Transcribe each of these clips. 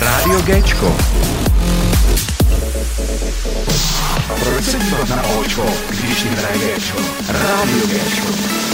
Rádio Géčko. Proč se dívat na Očko, když jim hraje Géčko? Rádio Géčko.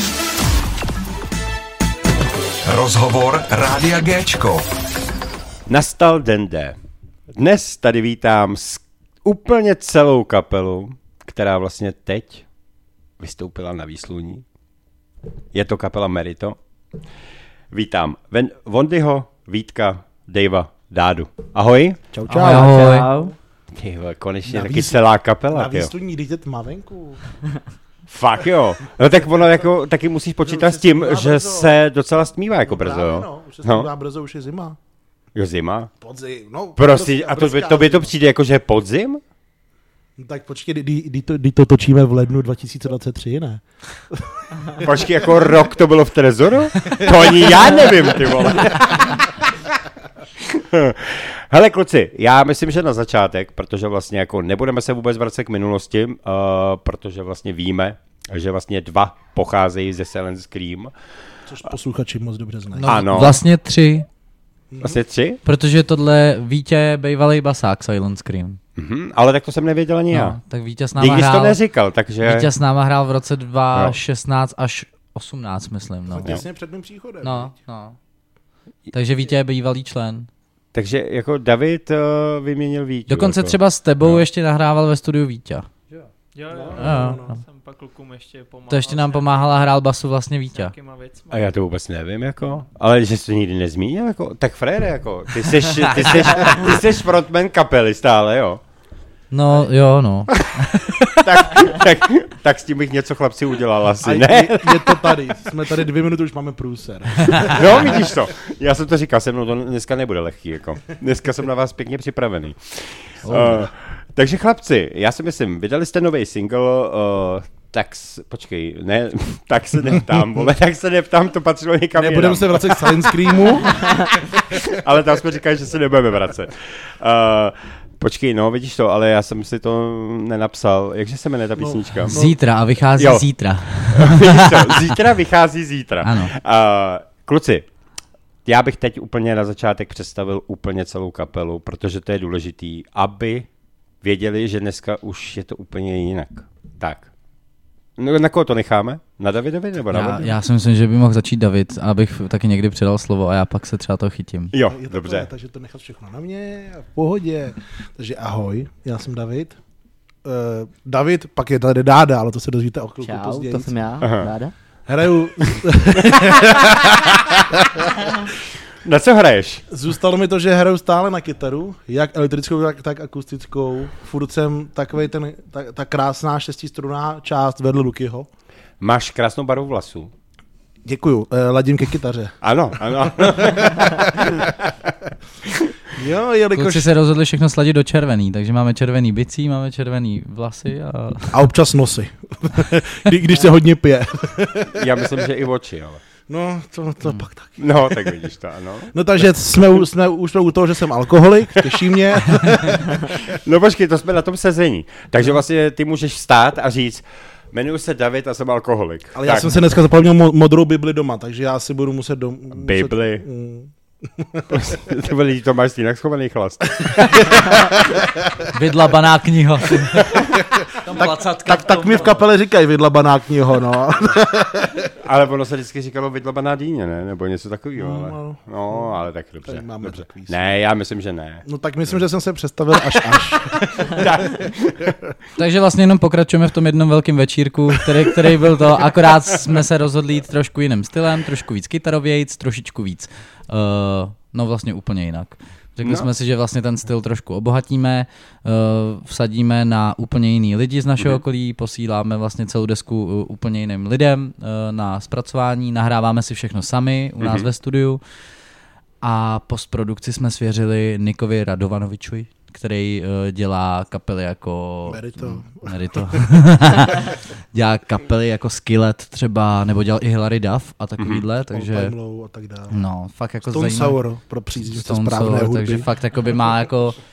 Rozhovor Rádia Géčko. Nastal den D. Dnes tady vítám úplně celou kapelu, která vlastně teď vystoupila na výsluní. Je to kapela Merito. Vítám Vondyho, Vítka, Davea, Dádu. Ahoj. Čau, čau. Ahoj. Tyhle, konečně taky celá kapela. Na výsluní jdete tma venku. Fakt jo. No tak ono jako, taky musíš počítat s tím, že se docela stmívá jako brzo, jo. No, už se stmívá brzo, už je zima. Jo, zima? Podzim, no. Prostě, a to by to přijde jako, že je podzim? No, tak počkej, kdy to točíme v lednu 2023, ne? Počkej, jako rok to bylo v Trezoru? To ani já nevím, ty vole. Hele kluci, já myslím, že na začátek, protože vlastně jako nebudeme se vůbec vracet k minulosti, protože vlastně víme, že vlastně 2 pocházejí ze Silent Scream. Což posluchači moc dobře znají. No, ano. Vlastně 3. Vlastně 3? Protože tohle Vítě bývalý basák Silent Scream. Ale tak to jsem nevěděl ani já. No, tak Vítě s náma Díky, hrál. to neříkal, takže... Vítě s náma hrál v roce 2016 až 18, myslím. No. Těsně před mým příchodem. No. Takže Vítě je bývalý člen. Takže jako David vyměnil Víťu. Dokonce jako. třeba s tebou ještě nahrával ve studiu Vítě. Jo. Jsem pak klukům ještě pomáhal. To ještě nám pomáhal a hrál basu vlastně Vítě. A já to vůbec nevím, jako. Ale že jsi to nikdy nezmínil, jako. Tak frére, jako. Ty jsi frontman kapely stále, jo. No, jo, no. tak s tím bych něco chlapci udělal asi, A ne? je to tady. Jsme tady 2 minuty, už máme průser. No, vidíš to. Já jsem to říkal, se mnou to dneska nebude lehký, jako. Dneska jsem na vás pěkně připravený. Takže chlapci, já si myslím, vydali jste nový single, tak se neptám, to patřilo někam Nebudeme jinam. se vracet k Silent Screamu. Ale tam jsme říkali, že se nebudeme vracet. Počkej, no, vidíš to, ale já jsem si to nenapsal. Jakže se jmenuje ta písnička? Zítra a vychází zítra. Vidíš to, zítra vychází zítra. Ano. Kluci, já bych teď úplně na začátek představil úplně celou kapelu, protože to je důležitý, aby věděli, že dneska už je to úplně jinak. Tak. No, na koho to necháme? Na Davidovi nebo na Vondyho? Já si myslím, že by mohl začít David, abych taky někdy předal slovo a já pak se třeba toho chytím. Jo, Je to dobře. takové, takže to nechat všechno na mě a v pohodě. Takže ahoj, já jsem David. David, pak je tady Dáda, ale to se dozvíte o chvilku Čau, později. to jsem já, Dáda. Hraju, Na co hraješ? zůstalo mi to, že hraju stále na kytaru, jak elektrickou, tak akustickou. Furt jsem takovej ta krásná 6strunná část vedle Lukyho. Máš krásnou barvu vlasů. Děkuju, ladím ke kytaře. Ano. Jo, jelikož... Kluci se rozhodli všechno sladit do červený, takže máme červený bicí, máme červený vlasy A občas nosy, když se hodně pije. Já myslím, že i oči, ale. No, to pak taky. No, tak vidíš to, ano. No takže jsme už u toho, že jsem alkoholik, těší mě. No počkej, to jsme na tom sezení. Takže vlastně ty můžeš vstát a říct, jmenuji se David a jsem alkoholik. Ale já jsem se dneska zapomněl modrou Bibli doma, takže já si budu muset Bibli? To máš jinak schovaný chlast. vydlabaná kniha. Tak mi v kapele říkají vydlabaná kniho, no. Ale ono se vždycky říkalo vydlabaná dýně, ne? Nebo něco takového, ale... No. No, ale tak dobře. Tady máme Dobře. takový Ne, já myslím, že ne. No tak myslím, že jsem se představil až. Takže vlastně jenom pokračujeme v tom jednom velkém večírku, který byl to, akorát jsme se rozhodli jít trošku jiným stylem, trošku víc kytarovějc, trošičku víc, no vlastně úplně jinak. Řekli jsme si, že vlastně ten styl trošku obohatíme, vsadíme na úplně jiný lidi z našeho okolí, posíláme vlastně celou desku úplně jiným lidem na zpracování, nahráváme si všechno sami u nás ve studiu a postprodukci jsme svěřili Nikovi Radovanovičovi, který dělá kapely jako... Merito. Dělá kapely jako Skillet třeba, nebo dělal i Hilary Duff a takovýhle, takže... A tak dále. No, fakt jako Stone zajímavé. Sour pro příznivce správné hudby. Takže fakt jakoby má jako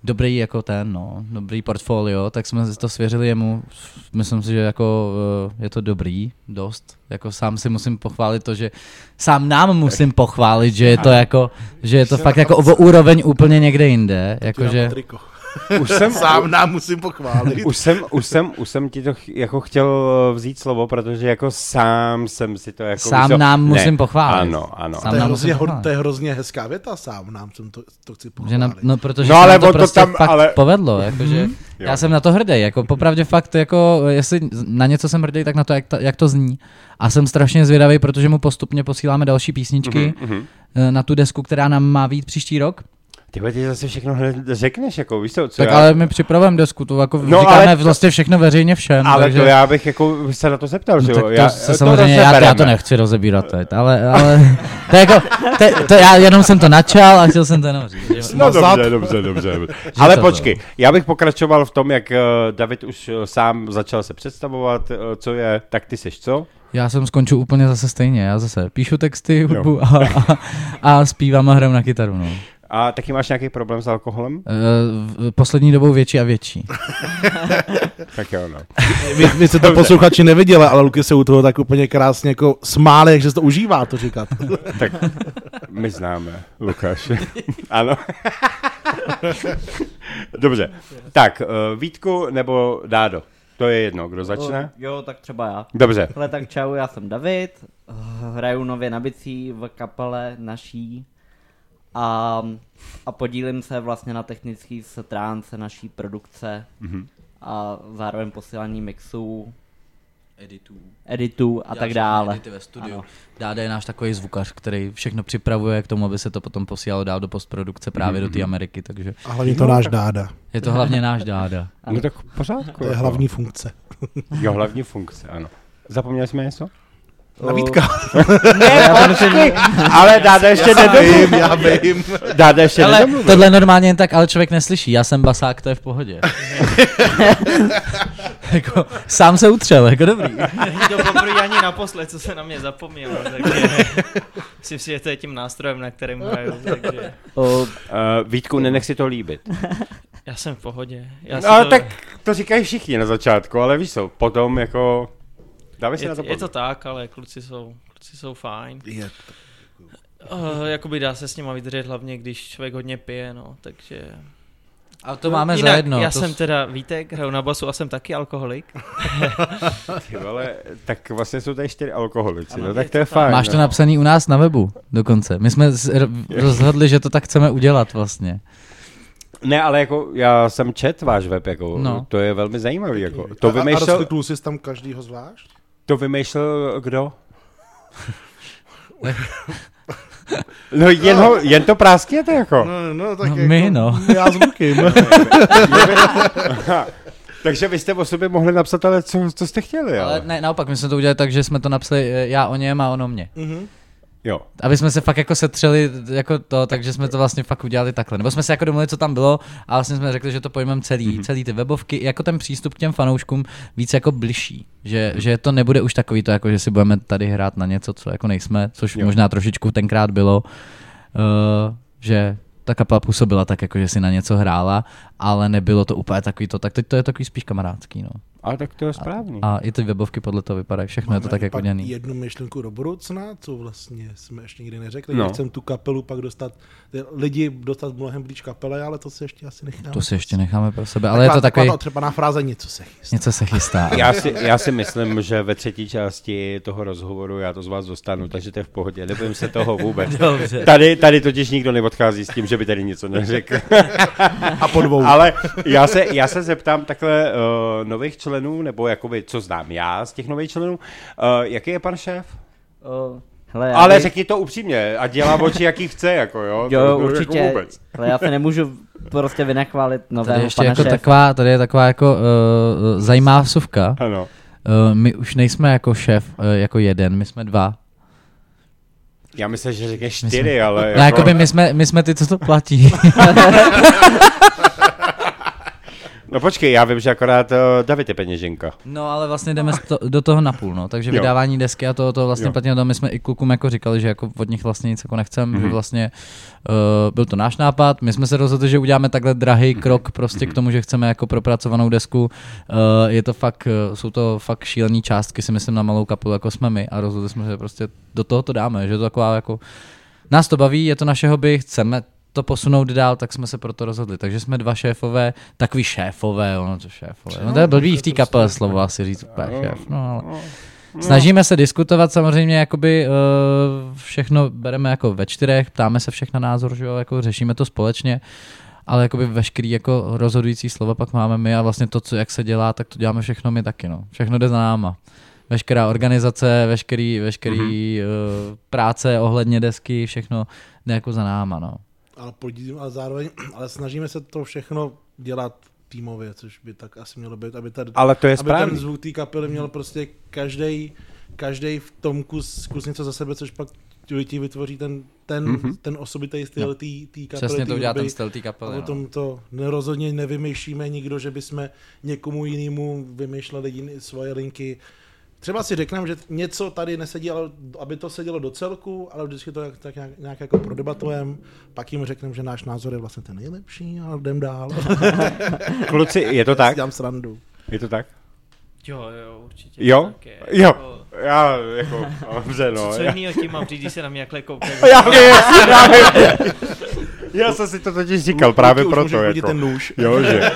dobrý jako dobrý portfolio, tak jsme to svěřili jemu. Myslím si, že jako je to dobrý, dost. Jako sám si musím pochválit to, že sám nám musím pochválit, že je to jako, že je to fakt jako o úroveň úplně někde jinde. Jakože... Už jsem sám nám musím pochválit. Už jsem ti to jako chtěl vzít slovo, protože jako sám jsem si to jako... Sám nám musím pochválit. Ano. To je hrozně hezká věta, sám nám jsem to chci pochválit. Protože ale to prostě tam, fakt ale... povedlo, jakože já jsem na to hrdý, jako popravdě fakt, jako jestli na něco jsem hrdý, tak na to, jak to zní. A jsem strašně zvědavý, protože mu postupně posíláme další písničky na tu desku, která nám má vyjít příští rok. Tyhle, ty zase všechno řekneš, jako víš co tak já... ale my připravujeme desku, to jako říkáme vlastně všechno veřejně všem. Ale takže... to já bych jako se na to zeptal, že jo? Samozřejmě já to nechci rozebírat teď, ale to jako, já jenom jsem to načal a chtěl jsem to jenom říct. No dobře. Ale počkej, já bych pokračoval v tom, jak David už sám začal se představovat, co je, tak ty seš co? Já jsem skončil úplně zase stejně, já zase píšu texty, hudbu a zpívám a hraju na kytaru, no. A taky máš nějaký problém s alkoholem? Poslední dobou větší a větší. Tak jo, no. Vy jste to posluchači neviděli, ale Luky se u toho tak úplně krásně jako smáli, jak se to užívá, to říkat. Tak my známe, Lukáš. Ano. Dobře. Tak, Vítku nebo Dádo? To je jedno, kdo začne? Jo, tak třeba já. Dobře. Hele, tak čau, já jsem David, hraju nově na bicí v kapele naší a podílím se vlastně na technické stránce naší produkce a zároveň posílání mixů, editů a tak dále. Edity ve studiu. Dáda je náš takový zvukař, který všechno připravuje k tomu, aby se to potom posílalo dál do postprodukce právě do té Ameriky, takže... A hlavně to náš Dáda. Je to hlavně náš Dáda. No tak v pořádku. To je hlavní funkce. Jo, hlavní funkce, ano. Zapomněli jsme něco? Navítka. Ale Dáda ještě nedomluvil. Já vím. Dáda ještě nedomluvil. Tohle normálně jen tak, ale člověk neslyší. Já jsem basák, to je v pohodě. Jako, sám se utřel, jako dobrý. Není to poprvé ani naposled, co se na mě zapomnělo, takže si přijete tím nástrojem, na kterém hraju, takže... Vítku, nenech si to líbit. Já jsem v pohodě. Tak to říkají všichni na začátku, ale víš co, potom jako... Je to tak, ale kluci jsou fajn. Jakoby dá se s nima vydržet, hlavně když člověk hodně pije, no, takže... A to máme zajedno. Já jsem teda Vítek, hraju na basu a jsem taky alkoholik. Ale tak vlastně jsou tady 4 alkoholici, no tak to je fajn. Máš to napsaný u nás na webu dokonce. My jsme rozhodli, že to tak chceme udělat vlastně. Ne, ale jako já jsem čet váš web, jako to je velmi zajímavý. Jako. To vymýšlel... A rozkliknul jsi tam každýho zvlášť? To vymýšlel kdo? No jen to práskněte jako. No tak no, jako, my no. Já s Lukem. Takže vy jste o sobě mohli napsat, ale co jste chtěli. Ale ne, naopak, my jsme to udělali tak, že jsme to napsali já o něm a on o mně. Jo. Aby jsme se fakt jako setřeli jako to, takže jsme to vlastně fakt udělali takhle. Nebo jsme si jako domluvili, co tam bylo a vlastně jsme řekli, že to pojmeme celý ty webovky, jako ten přístup k těm fanouškům víc jako bližší. Že to nebude už takový to, jako že si budeme tady hrát na něco, co jako nejsme, což možná trošičku tenkrát bylo, že ta kapela působila tak, jako že si na něco hrála, ale nebylo to úplně takový to, tak teď to je takový spíš kamarádský, no. Ale tak to je správný. A i ty webovky podle toho vypadají, všechno máme je to tak jako děný. Jednu myšlenku do budoucna, co vlastně jsme ještě nikdy neřekli, že chcem tu kapelu pak dostat mnohem blíž kapele, ale to se ještě asi necháme. To si ještě necháme pro sebe, ale je to takový... Třeba na fráze něco se chystá. Já si myslím, že ve třetí části toho rozhovoru já to z vás dostanu, takže to je v pohodě, nebojím se toho vůbec. Tady totiž nikdo neodchází s tím, že by tady něco neřekl. A po dvou. Ale já se zeptám takhle nových členů, nebo jakoby, co znám já z těch nových členů, jaký je pan šéf? Ale řekni to upřímně a dělá oči, jaký chce, jako jo. Jo, určitě, jako ale já se nemůžu prostě vynachválit nového pana jako šéfa. Tady je taková jako zajímavá vsuvka. Ano. My už nejsme jako šéf jako jeden, my jsme 2. Já myslím, že řekneš 4, ale... No, jakoby my jsme ty, co to platí. No počkej, já vím, že akorát David je peněženka. No ale vlastně jdeme do toho napůl, no. Takže vydávání desky a to vlastně platí na to, my jsme i klukům jako říkali, že jako od nich vlastně nic jako nechcem, že vlastně byl to náš nápad, my jsme se rozhodli, že uděláme takhle drahý krok prostě k tomu, že chceme jako propracovanou desku. Je to fakt, jsou to fakt šílený částky, si myslím, na malou kapelu, jako jsme my, a rozhodli jsme, že prostě do toho to dáme, že to taková jako nás to baví, je to naše hobby, chceme to posunout dál, tak jsme se proto rozhodli. Takže jsme dva šéfové, takový šéfové, no to je blbý v té kapele slovo asi říct úplně šéf, no ale snažíme se diskutovat samozřejmě, jakoby všechno bereme jako ve čtyřech, ptáme se všech na názor, že jo, jako řešíme to společně, ale jakoby veškerý jako rozhodující slova pak máme my a vlastně to, co jak se dělá, tak to děláme všechno my taky, no. Všechno jde za náma. Veškerá organizace, veškerý práce ohledně desky, všechno jde jako za náma, no. Ale zároveň, snažíme se to všechno dělat týmově, což by tak asi mělo být, aby ten zvuk té kapely měl prostě každý v tom kus něco za sebe, což pak ti vytvoří ten osobitý styl té kapely. Přesně to udělá ten styl té kapely. A potom to rozhodně nevymýšlíme nikdo, že bychom někomu jinému vymýšleli svoje linky. Třeba si řekneme, že něco tady nesedí, ale aby to sedělo do celku, ale vždycky to tak nějak jako prodebatujeme, pak jim řekneme, že náš názor je vlastně ten nejlepší a jdem dál. Kluci, je to tak? Dělám srandu. Je to tak? Jo, určitě. Jo? Jo. Já jako, dobře, no. Co jinýho tím mám říct, když se na mě jakhle koukají? Já jsem si to totiž říkal, právě proto. Jako. Ten nůž. Jo, že.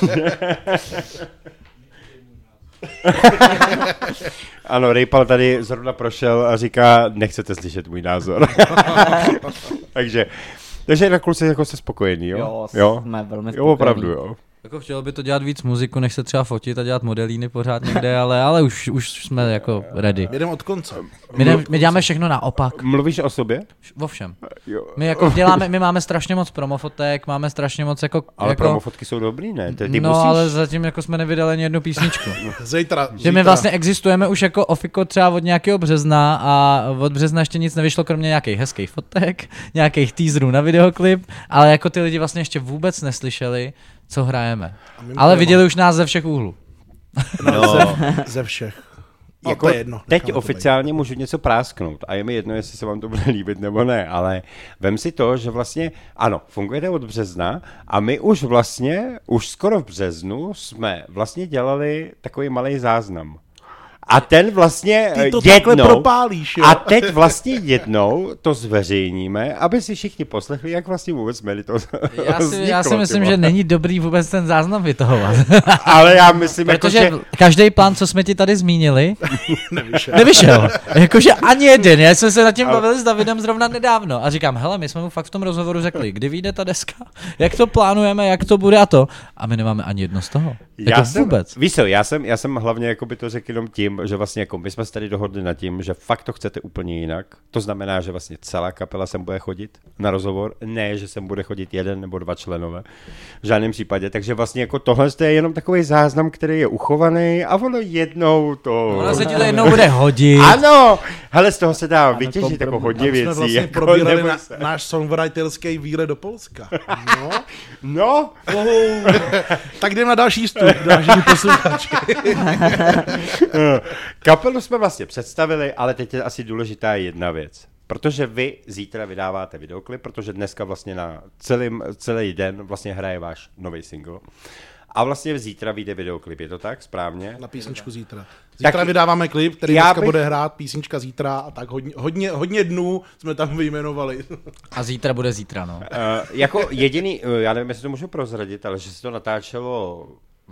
Ano, Rejpal tady zrovna prošel a říká, nechcete slyšet můj názor. takže na kluci jako jste spokojení, jo? Jo, jsme velmi spokojení. Jo, opravdu, jo. Jako chtělo by to dělat víc muziku, než se třeba fotit a dělat modelíny pořád někde, ale už jsme jako ready. Jdeme od konce. My děláme všechno naopak. Mluvíš o sobě? Vo všem. Jo. My máme strašně moc promofotek, máme strašně moc jako... Ale promofotky jsou dobrý, ne? Ty no, musíš... ale zatím jako jsme nevydali ani jednu písničku. Zítra. Že my vlastně existujeme už jako ofiko třeba od nějakého března a od března ještě nic nevyšlo, kromě nějakých hezkých fotek, nějakých teaserů na videoklip, ale jako ty lidi vlastně ještě vůbec neslyšeli, co hrajeme. Ale viděli už nás ze všech úhlů. No. Ze všech. Jako to je jedno, teď oficiálně můžu něco prásknout a je mi jedno, jestli se vám to bude líbit nebo ne, ale vem si to, že vlastně, ano, fungujete od března a my už skoro v březnu jsme vlastně dělali takový malý záznam. A ten vlastně ty to jednou propálíš, jo? A teď vlastně jednou to zveřejníme, aby si všichni poslechli, jak vlastně vůbec měli to já si myslím, že není dobrý vůbec ten záznam vytahovat. Ale já myslím, protože jako, že... každý plán, co jsme ti tady zmínili, nevyšel. Jakože ani jeden. Já jsem se nad tím bavil s Davidem zrovna nedávno a říkám, hele, my jsme mu fakt v tom rozhovoru řekli, kdy vyjde ta deska, jak to plánujeme, jak to bude a to. A my nemáme ani jedno z toho. Víš co, já jsem hlavně jako by to řekl jenom tím, že vlastně jako my jsme se tady dohodli nad tím, že fakt to chcete úplně jinak. To znamená, že vlastně celá kapela sem bude chodit na rozhovor, ne, že sem bude chodit 1 nebo 2 členové. V žádném případě. Takže vlastně jako tohle je jenom takový záznam, který je uchovaný a ono jednou to... Ono se ti to jednou bude hodit. Ano! Hele, z toho se dá vytěžit jako hodně věcí. My jsme vlastně jako, probírali náš songwriterský výlet do Polska. No. Tak jdeme na další posluchači. Kapelu jsme vlastně představili, ale teď je asi důležitá jedna věc. Protože vy zítra vydáváte videoklip, protože dneska vlastně na celý den vlastně hraje váš nový single. A vlastně zítra vyjde videoklip, je to tak? Správně? Na písničku zítra. Zítra vydáváme klip, který dneska bude hrát, písnička zítra a tak hodně dnů jsme tam vyjmenovali. A zítra bude zítra, no. Jako jediný, já nevím, jestli to můžu prozradit, ale že se to natáčelo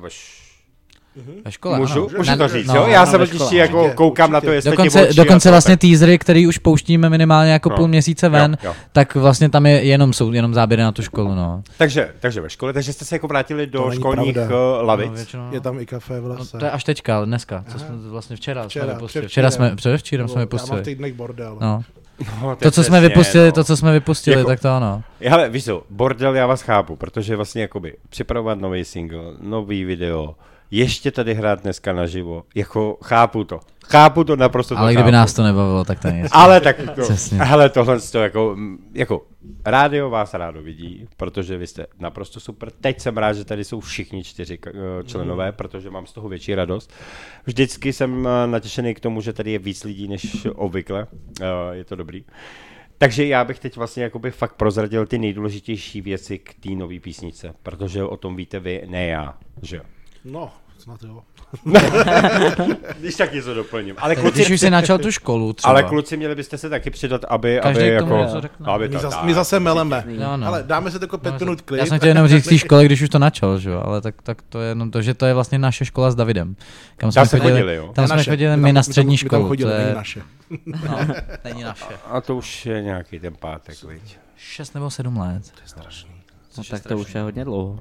ve škole, Můžu to říct, jo? Já jsem totiž jako koukám na to, jestli dokonce vlastně teasery, který už pouštíme minimálně jako půl měsíce ven, tak vlastně tam jsou jenom záběry na tu školu, no. Takže ve škole, takže jste se jako vrátili do školních lavic. No, je tam i kafe v lese. No, to je až teďka, ale dneska, co jsme vlastně předevčírem jsme vypustili. Já mám v týdnech bordel. No. To, co jsme vypustili, jako, tak to ano. Hele, víš co, bordel já vás chápu, protože vlastně jakoby připravovat nový single, nový video, ještě tady hrát dneska naživo, jako chápu to naprosto. Ale kdyby nás to nebavilo, tak to není. Ale tak to, Přesně. hele, tohle to jako rádio vás rádo vidí, protože vy jste naprosto super. Teď jsem rád, že tady jsou všichni 4 členové, protože mám z toho větší radost. Vždycky jsem natěšený k tomu, že tady je víc lidí než obvykle. Je to dobrý. Takže já bych teď vlastně jakoby fakt prozradil ty nejdůležitější věci k té nové písničce, protože o tom víte vy, ne já, že jo? No, snad jo. Když tak něco doplním. Ale Když už jsi načal tu školu třeba. ale kluci, měli byste se taky přidat, aby Každý k tomu jako... něco řekne. Aby My zase meleme. No. Ale dáme si tako 5 minut klid. Já jsem chtěl jenom říct k té škole, když už to načal, že jo, ale tak to je jenom to, že to je vlastně naše škola s Davidem. Kam jsme se chodili, jo? Tam jsme Naše. chodili my na střední My tam školu. chodili, To není je, naše. no, není naše. A to už je nějaký ten pátek, viď? 6 nebo 7 let. No, tak to už je hodně dlouho.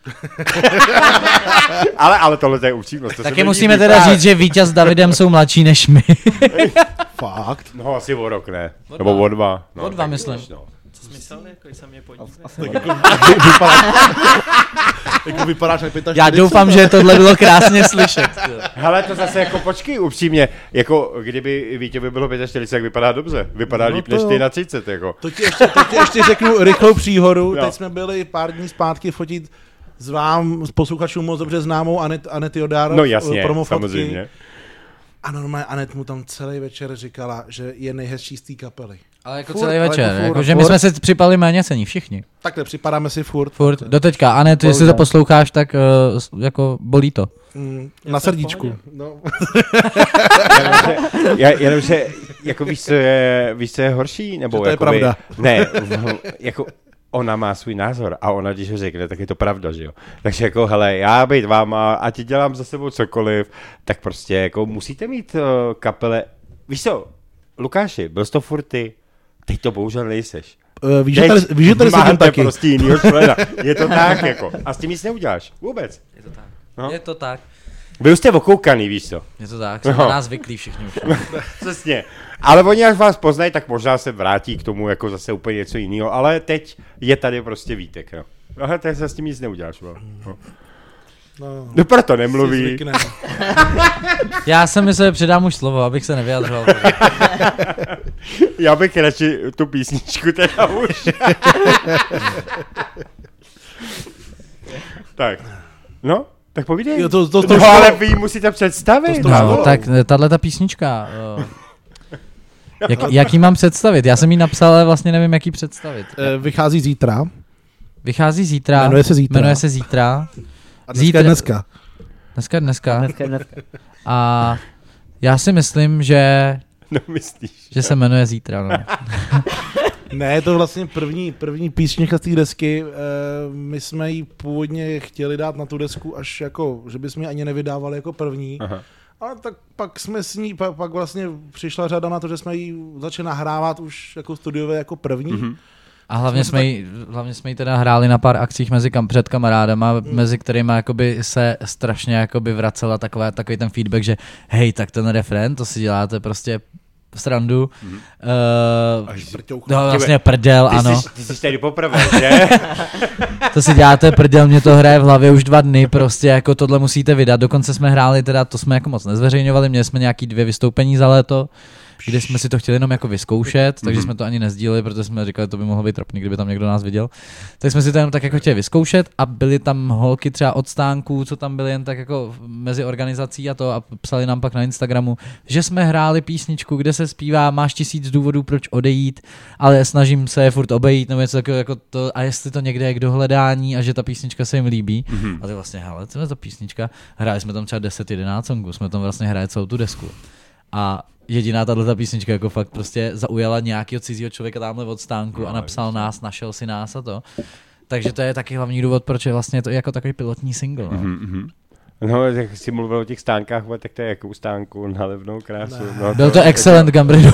Ale tohle je upřímnost. Taky musíme teda říct, že Víťa s Davidem jsou mladší než my. Fakt. No asi o rok, ne? Nebo o 2. No, O 2, tak myslím. víš, no. Co jsi myslel, jako se mě podívej? Jako vypadáš na 45. Já doufám, že tohle bylo krásně slyšet. Hele, to zase jako počkej, upřímně, jako kdyby Vítěvi bylo 45, tak vypadá dobře. Vypadá No líp to než ty jo. na 30, jako. To ti ještě řeknu rychlou příhodu. Jo. Teď jsme byli pár dní zpátky fotit s posluchačům moc dobře známou Anet Jodárov. No jasně, promofotky. samozřejmě. A normálně Anet mu tam celý večer říkala, že je nejhezčí z té kapely. Ale jako Furt, celý ale večer, jako furt, jakože my furt. jsme se připali méněcení, všichni. Takhle připadáme si furt. Furt, doteďka. Anet, jestli to posloucháš, tak jako bolí to. Na srdíčku. No. Jenomže, jako víš, co je horší? Nebo Že to je jakoby, pravda. Ne, jako ona má svůj názor a ona, když ho řekne, tak je to pravda, že jo. Takže jako, hele, já být váma, ať dělám za sebou cokoliv, tak prostě jako musíte mít kapele. Víš co, Lukáši, byl jsi to furt ty, teď to bohužel nejseš. Víš, že tady sedím taky. prostě jinýho člena. Je to tak, jako. A s tím nic neuděláš. Vůbec. Je to tak. No. Je to tak. Vy už jste okoukaný, víš co. Je to tak. Jsou na nás zvyklí všichni už. Přesně. Ale oni, až vás poznají, tak možná se vrátí k tomu jako zase úplně něco jiného. Ale teď je tady prostě Vítek, no. Aha, tak se s tím nic neuděláš, no. No proto nemluví. Já jsem myslel, že předám už slovo, abych se nevyjadřoval. Já bych radši tu písničku teda už. Tak. No, tak povídej. Jo, to no, ale vy ji musíte představit. No, tak tahleta písnička. Jak ji mám představit? Já jsem ji napsal, ale vlastně nevím, jak ji představit. Vychází zítra. Vychází zítra. Jmenuje se zítra. Jmenuje se zítra. A dneska je dneska. Dneska. A já si myslím, že No myslíš. že se jmenuje zítra. No. Ne, je to vlastně první písnička z té desky. My jsme ji původně chtěli dát na tu desku, až jako, že bychom ji ani nevydávali jako první. Aha. Ale tak pak jsme s ní, pak vlastně přišla řada na to, že jsme ji začali nahrávat už jako studiové jako první. Mhm. A hlavně jsme ji teda hráli na pár akcích před kamarádama, mezi kterými jakoby se strašně jakoby vracela takový ten feedback, že hej, tak ten refrén, to si děláte prostě srandu. No vlastně prdel, ano. Ty jsi tady poprvé, že? To si děláte prdel, mě to hraje v hlavě už 2 dny, prostě jako tohle musíte vydat. Dokonce jsme hráli teda, to jsme jako moc nezveřejňovali, měli jsme nějaký 2 vystoupení za léto, kde jsme si to chtěli jenom jako vyzkoušet, takže jsme to ani nezdíleli, protože jsme říkali, to by mohlo být trapný, kdyby tam někdo nás viděl. Tak jsme si to jenom tak jako chtěli vyzkoušet a byly tam holky třeba od stánků, co tam byly jen tak jako mezi organizací a to a psali nám pak na Instagramu, že jsme hráli písničku, kde se zpívá máš 1000 důvodů, proč odejít, ale snažím se je furt obejít, nebo něco takového jako to, a jestli to někde je k dohledání a že ta písnička se jim líbí. A to vlastně, hele, co je ta písnička? Hráli jsme tam třeba 10-11 songů, jsme tam vlastně hráli celou tu desku. A jediná tato písnička jako fakt prostě zaujala nějakého cizího člověka tamhle od stánku a napsal nás, našel si nás a to. Takže to je taky hlavní důvod, proč je vlastně to jako takový pilotní single. No. No, jak jsi mluvil o těch stánkách, tak to je jakou stánku na levnou krásu. No, Byl to excellent Gambrinus.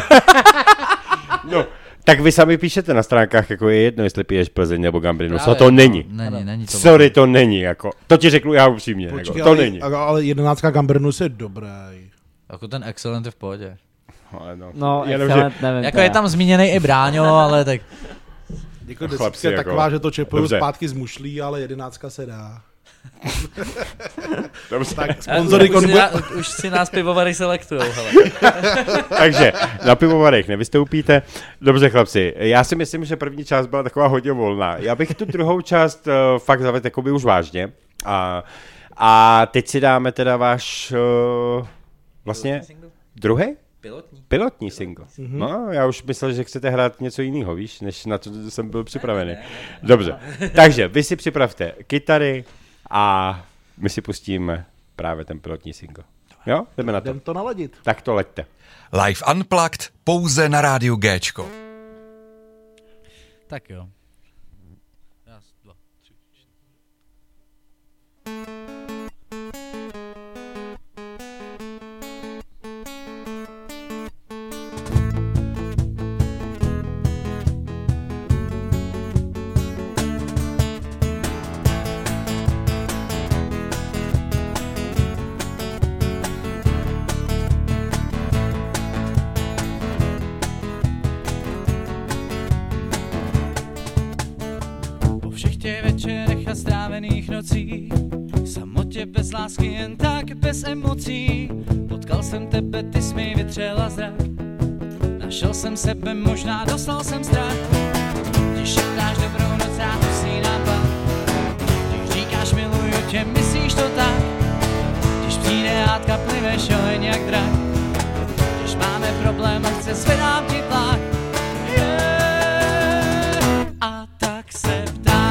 No, tak vy sami píšete na stránkách, jako je jedno, jestli piješ Plzeň nebo Gambrinus. Právě, To není. Není to. Sorry, to není, jako. To ti řeknu já upřímně, Počkej, jako, to není. Ale 11 Gambrinus je dobrý. Jako ten excellent je v pohodě. No, Jenom, excellent, nevím. Jako je tam zmíněný i Bráňo, ale tak... Jako Chlapci, desítka je jako, taková, že to čepuju dobře. zpátky z mušlí, ale 11 se dá. Tak sponzory Už si nás pivovary selektujou, hele. Takže na pivovarech nevystoupíte. Dobře, chlapci, já si myslím, že první část byla taková hodně volná. Já bych tu druhou část fakt zavedl jakoby už vážně. A teď si dáme teda váš vlastně druhý? Pilotní single. No, já už myslel, že chcete hrát něco jiného, víš, než na to jsem byl připravený. Dobře, takže vy si připravte kytary a my si pustíme právě ten pilotní single. Jo, jdeme na to. Jdem to naladit. Tak to leďte. Live Unplugged pouze na rádiu Géčko. Tak jo. Raz, dva, tři, čtyři. Strávených nocí, samotě bez lásky, jen tak bez emocí. Potkal jsem tebe, ty jsi mi vytřela zrak. Našel jsem sebe, možná dostal jsem strach. Když šeptáš dobrou noc, rád usínám pak. Když říkáš miluju tě, myslíš to tak. Když přijde hádka, pliveš oheň jak drak. Když máme problém a chce, zvedám ti tlak. A tak se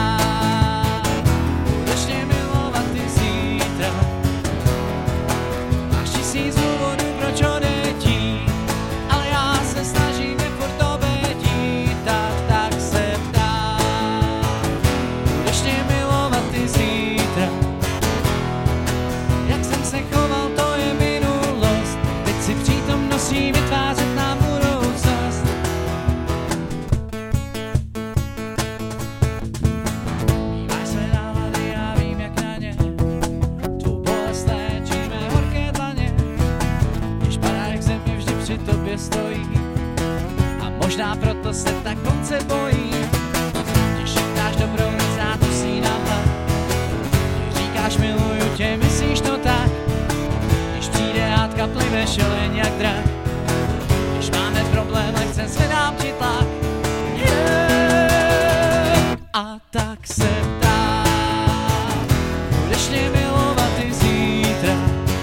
stojí a možná proto se tak konce bojí. Když šeptáš dobrou noc, rád usínám tak. Když říkáš miluju tě, myslíš to tak. Když přijde hádka, pliveš oheň jak drak. Když máme problém, lehce zvedám ti tlak. A tak se ptám, budeš mě milovat i zítra.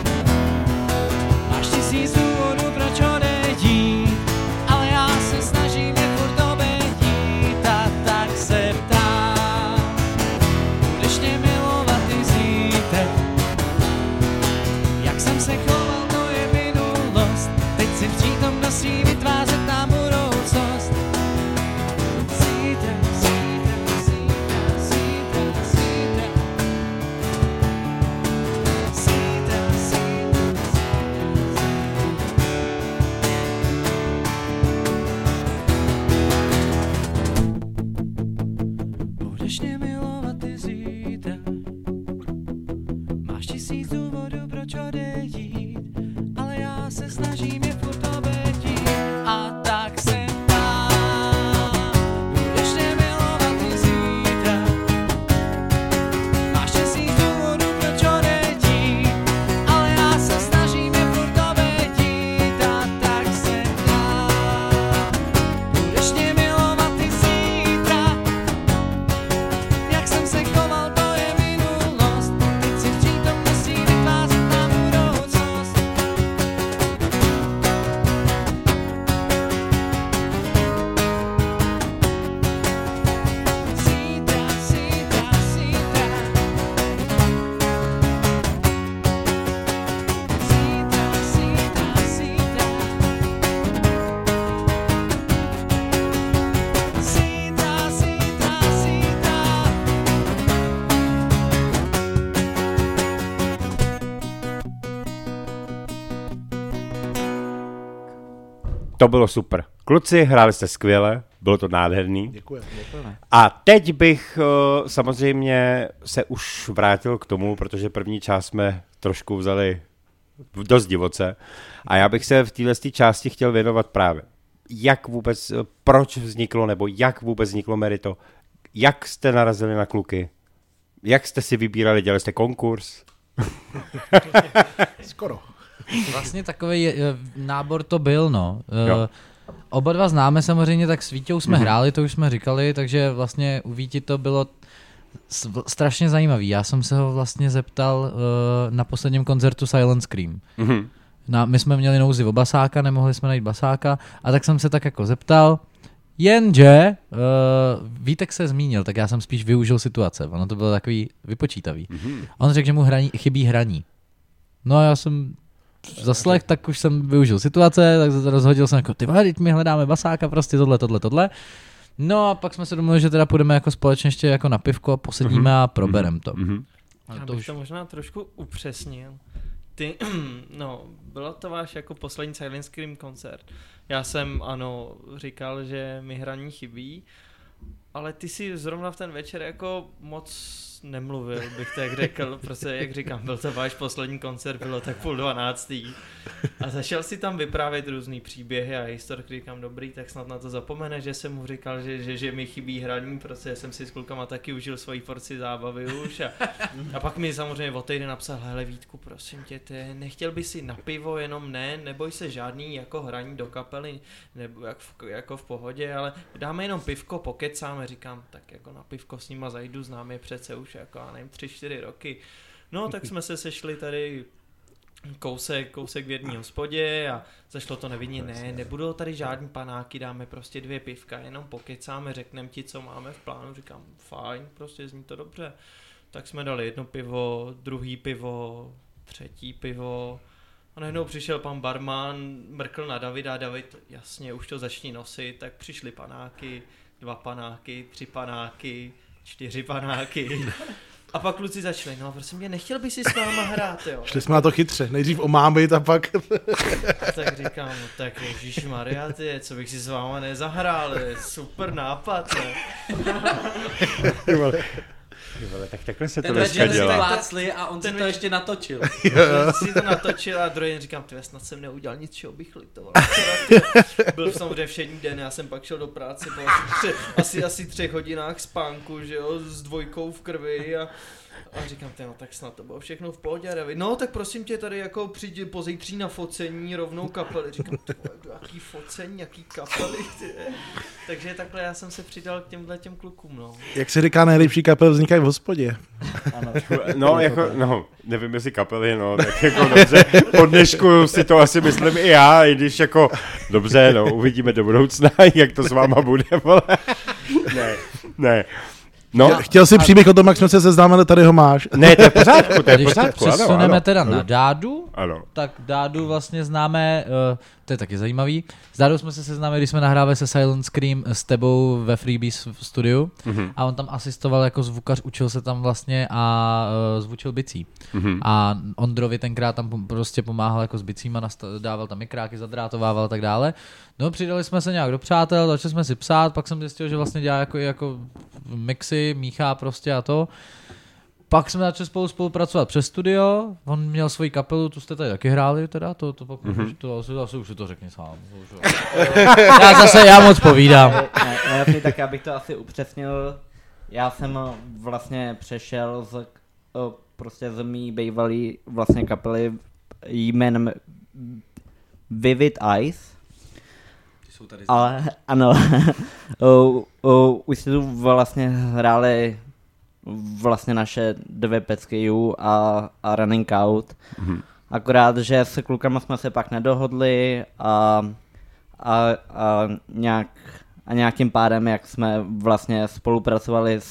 Máš tisíc důvodů, proč odejít, ale já se snažím je furt obejít. A tak se ptám, budeš mě milovat i zítra. Jak jsem se choval, to je minulost. Teď si v přítomnosti vytvářet nám budoucnost. Zítra, zítra, zítra, zítra, zítra. Zítra, zítra, budeš mě milovat i zítra. Máš tisíc důvodů, proč odejít, ale já se snažím je furt obejít. A tak se ptám, budeš mě milovat i zítra. Máš tisíc důvodů, proč odejít, ale já se snažím je furt obejít. A tak se ptám, budeš mě milovat i zítra. Jak jsem se choval, to je minulost. Teď si v přítomnosti vytvářet nám budoucnost. Zítra, zítra, zítra. Zítra, zítra, zítra. Zítra, zítra, zítra. To bylo super. Kluci, hráli jste skvěle, bylo to nádherný. Děkuji. A teď bych samozřejmě se už vrátil k tomu, protože první část jsme trošku vzali dost divoce. A já bych se v této části chtěl věnovat právě, jak vůbec, proč vzniklo, nebo jak vůbec vzniklo Merito, jak jste narazili na kluky, Jak jste si vybírali, dělali jste konkurs? Skoro. Vlastně takový nábor to byl, no. Jo. Oba dva známe samozřejmě, tak s Vítěou jsme hráli, to už jsme říkali, takže vlastně u Víti to bylo strašně zajímavý. Já jsem se ho vlastně zeptal na posledním koncertu Silent Scream. My jsme měli nouzi o basáka, nemohli jsme najít basáka a tak jsem se tak jako zeptal, jenže Vítek se zmínil, tak já jsem spíš využil situace, ono to bylo takový vypočítavý. On řekl, že mu chybí hraní. No a já jsem zaslech, tak už jsem využil situace, tak rozhodil jsem jako, ty teď my hledáme basáka, prostě tohle. No a pak jsme se domluvili, že teda půjdeme jako společně ještě jako na pivko, posedíme a proberem to. Já bych to možná trošku upřesnil. Bylo to váš jako poslední Silent Scream koncert. Já jsem, ano, říkal, že mi hraní chybí, ale ty si zrovna v ten večer jako moc nemluvil, bych tak řekl, protože jak říkám, byl to váš poslední koncert, bylo tak 11:30 a začal si tam vyprávět různý příběhy a historky, říkám dobrý, tak snad na to zapomene, že jsem mu říkal, že mi chybí hraní, protože jsem si s klukama taky užil svoji porci zábavy už a pak mi samozřejmě o týden napsal, hele Vítku, prosím tě, nechtěl by si na pivo, jenom neboj se žádný jako hraní do kapely, nebo jako v pohodě, ale dáme jenom pivko, pokecáme, říkám, tak jako na pivko s nima zajdu, znám je přece už jako, já nevím, 3-4 roky. No, tak jsme se sešli tady kousek v jedné hospodě a zašlo to nevinně, nebudou tady žádný panáky, dáme prostě 2 pivka, jenom pokecáme, řekneme ti, co máme v plánu, říkám, fajn, prostě zní to dobře. Tak jsme dali 1 pivo, 2. pivo, 3. pivo a najednou přišel pan barman, mrkl na Davida a David, jasně, už to začni nosit, tak přišly panáky, 2 panáky, 3 panáky, 4 panáky. A pak kluci začali, no prosím mě, nechtěl by si s náma hrát, jo. Šli jsme na to chytře, nejdřív omámit a pak... A tak říkám, no tak ježišmarja, co bych si s váma nezahrál, super nápad, ne? Tak takhle se to ten dneska večer si dělá. plácli a on si to ještě natočil. Si to natočil a druhý den říkám, snad jsem neudělal nic, čeho bych litoval. Byl samozřejmě všední den, já jsem pak šel do práce po asi 3 hodinách spánku, že jo, s 2 v krvi a říkám, no tak snad to bylo všechno v pohodě. No tak prosím tě, tady jako přijď pozítří na focení rovnou kapely. Říkám, jaký focení, jaký kapely, ty. Takže takhle já jsem se přidal k těm klukům, no. Jak se říká, nejlepší kapely vznikají v hospodě. Ano. No, jako, nevím, jestli kapely, tak jako dobře, po dnešku si to asi myslím i já, i když jako, dobře, uvidíme do budoucna, jak to s váma bude, vole. Ne. No. Chtěl jsi příběh o tom, jak jsme se seznámili, tady ho máš. Ne, to je v pořádku, Když to přesuneme teda na Dádu, ano. tak Dádu vlastně známe, to je taky zajímavý, s Dádou jsme se seznámili, když jsme nahrávali se Silent Scream s tebou ve Freebies v studiu a on tam asistoval jako zvukař, učil se tam vlastně a zvučil bicí. A Ondrovi tenkrát tam prostě pomáhal jako s bicíma, dával tam mikráky, zadrátovával a tak dále. No, přidali jsme se nějak do přátel, začali jsme si psát, pak jsem zjistil, že vlastně dělá jako mixy, míchá prostě a to. Pak jsme začali spolupracovat přes studio, on měl svoji kapelu, tu jste tady taky hráli teda, to asi už si to řekni sám. Já moc povídám. Tak já bych to asi upřesnil, já jsem vlastně přešel z mý bývalý vlastně kapely jménem Vivid Eyes. Ale ano, už si tu vlastně hráli vlastně naše 2 pecky You a Running Out. Akorát, že s klukama jsme se pak nedohodli a nějakým pádem, jak jsme vlastně spolupracovali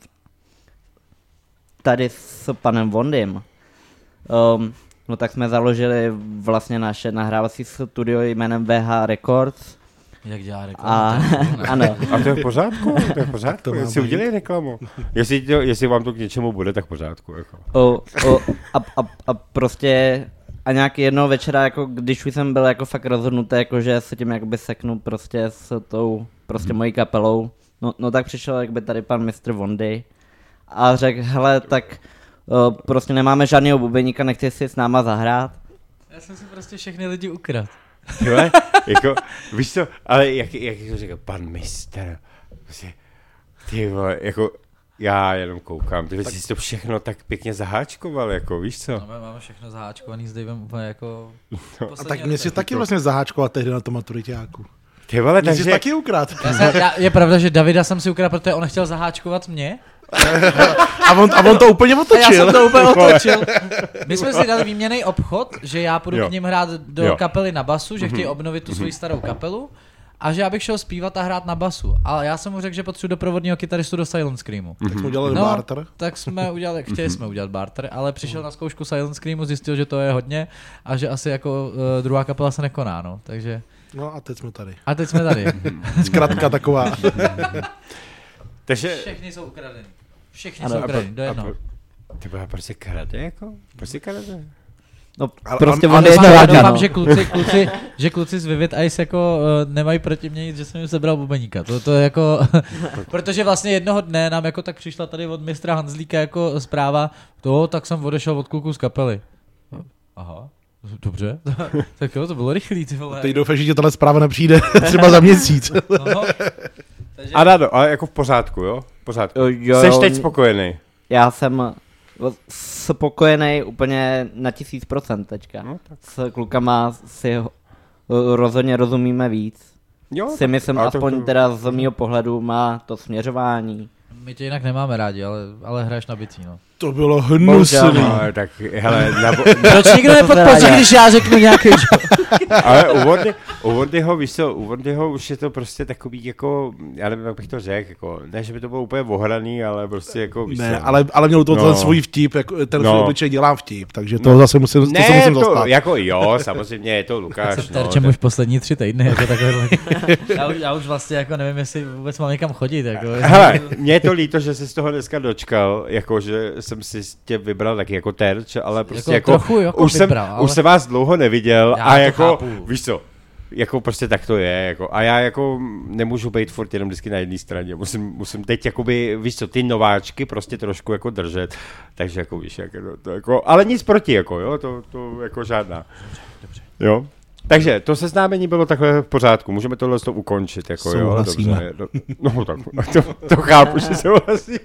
tady s panem Vondym, no tak jsme založili vlastně naše nahrávací studio jménem VH Records. Jak dělá reklamu? Ano. A to je v pořádku, jestli udělej reklamu. Jestli vám to k něčemu bude, tak v pořádku. Jako. A prostě a nějaký jednoho večera, jako když už jsem byl jako fakt rozhodnutý, jako že se tím jakoby seknu prostě s tou prostě mojí kapelou, no tak přišel jakby tady pan Mr. Vondy a řekl, hele, tak prostě nemáme žádného bubeníka, nechci si s náma zahrát. Já jsem si prostě všechny lidi ukradl. Tyhle, jako, víš co, ale jak to říká, pan mistr, ty vole, jako, Já jenom koukám, ty jsi to všechno tak pěkně zaháčkoval, jako víš co? No, máme všechno zaháčkovaný s Davem úplně jako... A tak mě si taky vlastně zaháčkoval tehdy na tom maturiťáku. Ty vole, Mě jsi takže... taky ukrát. Je pravda, že Davida jsem si ukradl, protože on chtěl zaháčkovat mě. A on to úplně A já otočil. jsem to úplně otočil. My jsme si dali výměnný obchod, že já půjdu Jo. k ním hrát do Jo. kapely na basu, že chtějí obnovit tu svoji starou kapelu a že já bych šel zpívat a hrát na basu. Ale já jsem mu řekl, že potřebuji doprovodního kytaristu do Silent Screamu. Tak jsme udělali No, barter. tak jsme udělali, chtěli jsme udělat barter, ale přišel na zkoušku Silent Screamu, zjistil, že to je hodně a že asi jako druhá kapela se nekoná, no, takže... No a teď jsme tady. A teď jsme tady. Zkratka taková. Takže... Všichni jsou ukradeni. Všichni Ano, jsou a ukradeni, do jedno. Ty bude prostě krade, jako? Prostě krade? No, Ale- prostě ale- on ale- je ale- čárka, Doufám, no. že kluci z Vivid Ice jako nemají proti mě nic, že jsem jim sebral bubeníka. To je jako, protože vlastně jednoho dne nám jako tak přišla tady od mistra Hanzlíka jako zpráva, tak jsem odešel od kluků z kapely. Aha, dobře. Tak jo, to bylo rychlý, ty vole. Teď doufám, že ti tahle zpráva nepřijde třeba za měsíc. No. Takže... A Dado, ale jako v pořádku, jo? V pořádku. Jo, Jsi teď spokojený? Já jsem spokojený úplně na 1000% teďka. No, tak. S klukama si rozhodně rozumíme víc. Jo, Si myslím, ale aspoň teda z mýho pohledu má to směřování. My tě jinak nemáme rádi, ale hraješ na bicí, no. To bylo Bohužel, hnusný. no. Ale tak, hele, Proč nikdo nepodpoří, když já řeknu nějaký ale u Wordyho, víš co, u Wordyho už je to prostě takový jako, já nevím, jak bych to řekl, jako, ne, že by to bylo úplně ohraný, ale prostě jako, víš Ne, co. ale měl to No. ten svůj vtip, jako ten No. svůj obličej dělám vtip, takže to zase musím, to se Ne, musím to, zastat. jako jo, samozřejmě je to Lukáš, no, Terčem už poslední 3 týdny, jako takhle. já už vlastně jako nevím, jestli vůbec mám někam chodit, jako. Hele, mně je to líto, že jsi z toho dneska dočkal, jako, že jsem si tě vybral taky jako terč, ale prostě jako trochu jako už, vybral, ale... už jsem vás dlouho neviděl Já a to jako, chápu. víš co, jako prostě tak to je, jako, a já jako nemůžu být furt jenom vždycky na jedné straně, musím teď jakoby, víš co, ty nováčky prostě trošku jako držet, takže jako víš, jako, to jako, ale nic proti, jako jo, to jako žádná. Jo. Takže to seznámení bylo takhle v pořádku, můžeme tohle to ukončit, jako Souhlasíme. jo, dobře, no tak, to chápu, že souhlasí.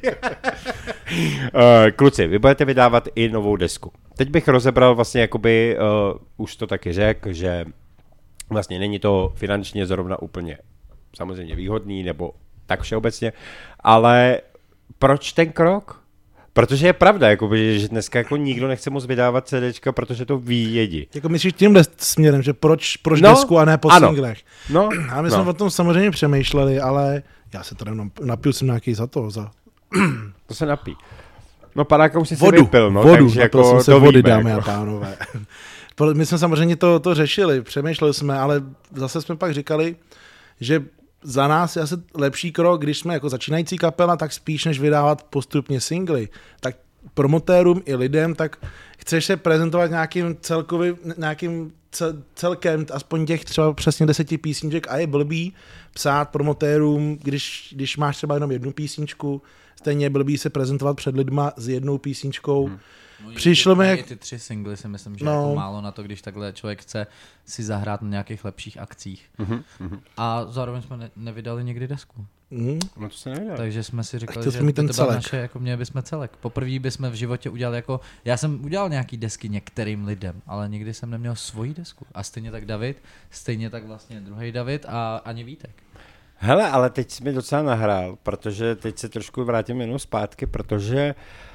Kluci, vy budete vydávat i novou desku. Teď bych rozebral vlastně jakoby, už to taky řekl, že vlastně není to finančně zrovna úplně samozřejmě výhodný, nebo tak všeobecně, ale proč ten krok? Protože je pravda, jakoby, že dneska jako nikdo nechce moc vydávat CDčka, protože to ví jedi. Jako myslíš tímhle směrem, že proč No, desku a ne po ano. singlech? No, A my jsme o tom samozřejmě přemýšleli, ale já se tady napil jsem nějaký za to. to se napí. No padáka už si Vodu, vypil, no, vodu, takže napil jako jsem se to vody, víme, dámy jako. a pánové. My jsme samozřejmě to řešili, přemýšleli jsme, ale zase jsme pak říkali, že za nás je asi lepší krok, když jsme jako začínající kapela, tak spíš než vydávat postupně singly, tak promotérům i lidem, tak chceš se prezentovat nějakým celkem, aspoň těch třeba přesně 10 písniček a je blbý psát promotérům, když máš třeba jenom jednu písničku, stejně je blbý se prezentovat před lidma s jednou písničkou. Přišlo mi Ty 3 singly si myslím, že No. jako málo na to, když takhle člověk chce si zahrát na nějakých lepších akcích. A zároveň jsme nevydali nikdy desku. No to se nevěděl. Takže jsme si říkali, chtěl že jsem mít ten to bylo celek. naše, jako měli bychom celek. Poprvé bychom v životě udělali jako, já jsem udělal nějaký desky některým lidem, ale nikdy jsem neměl svoji desku. A stejně tak David, stejně tak vlastně druhý David a ani Vítek. Hele, ale teď jsi mi docela nahrál, protože teď se trošku vrátím jenom zpátky, protože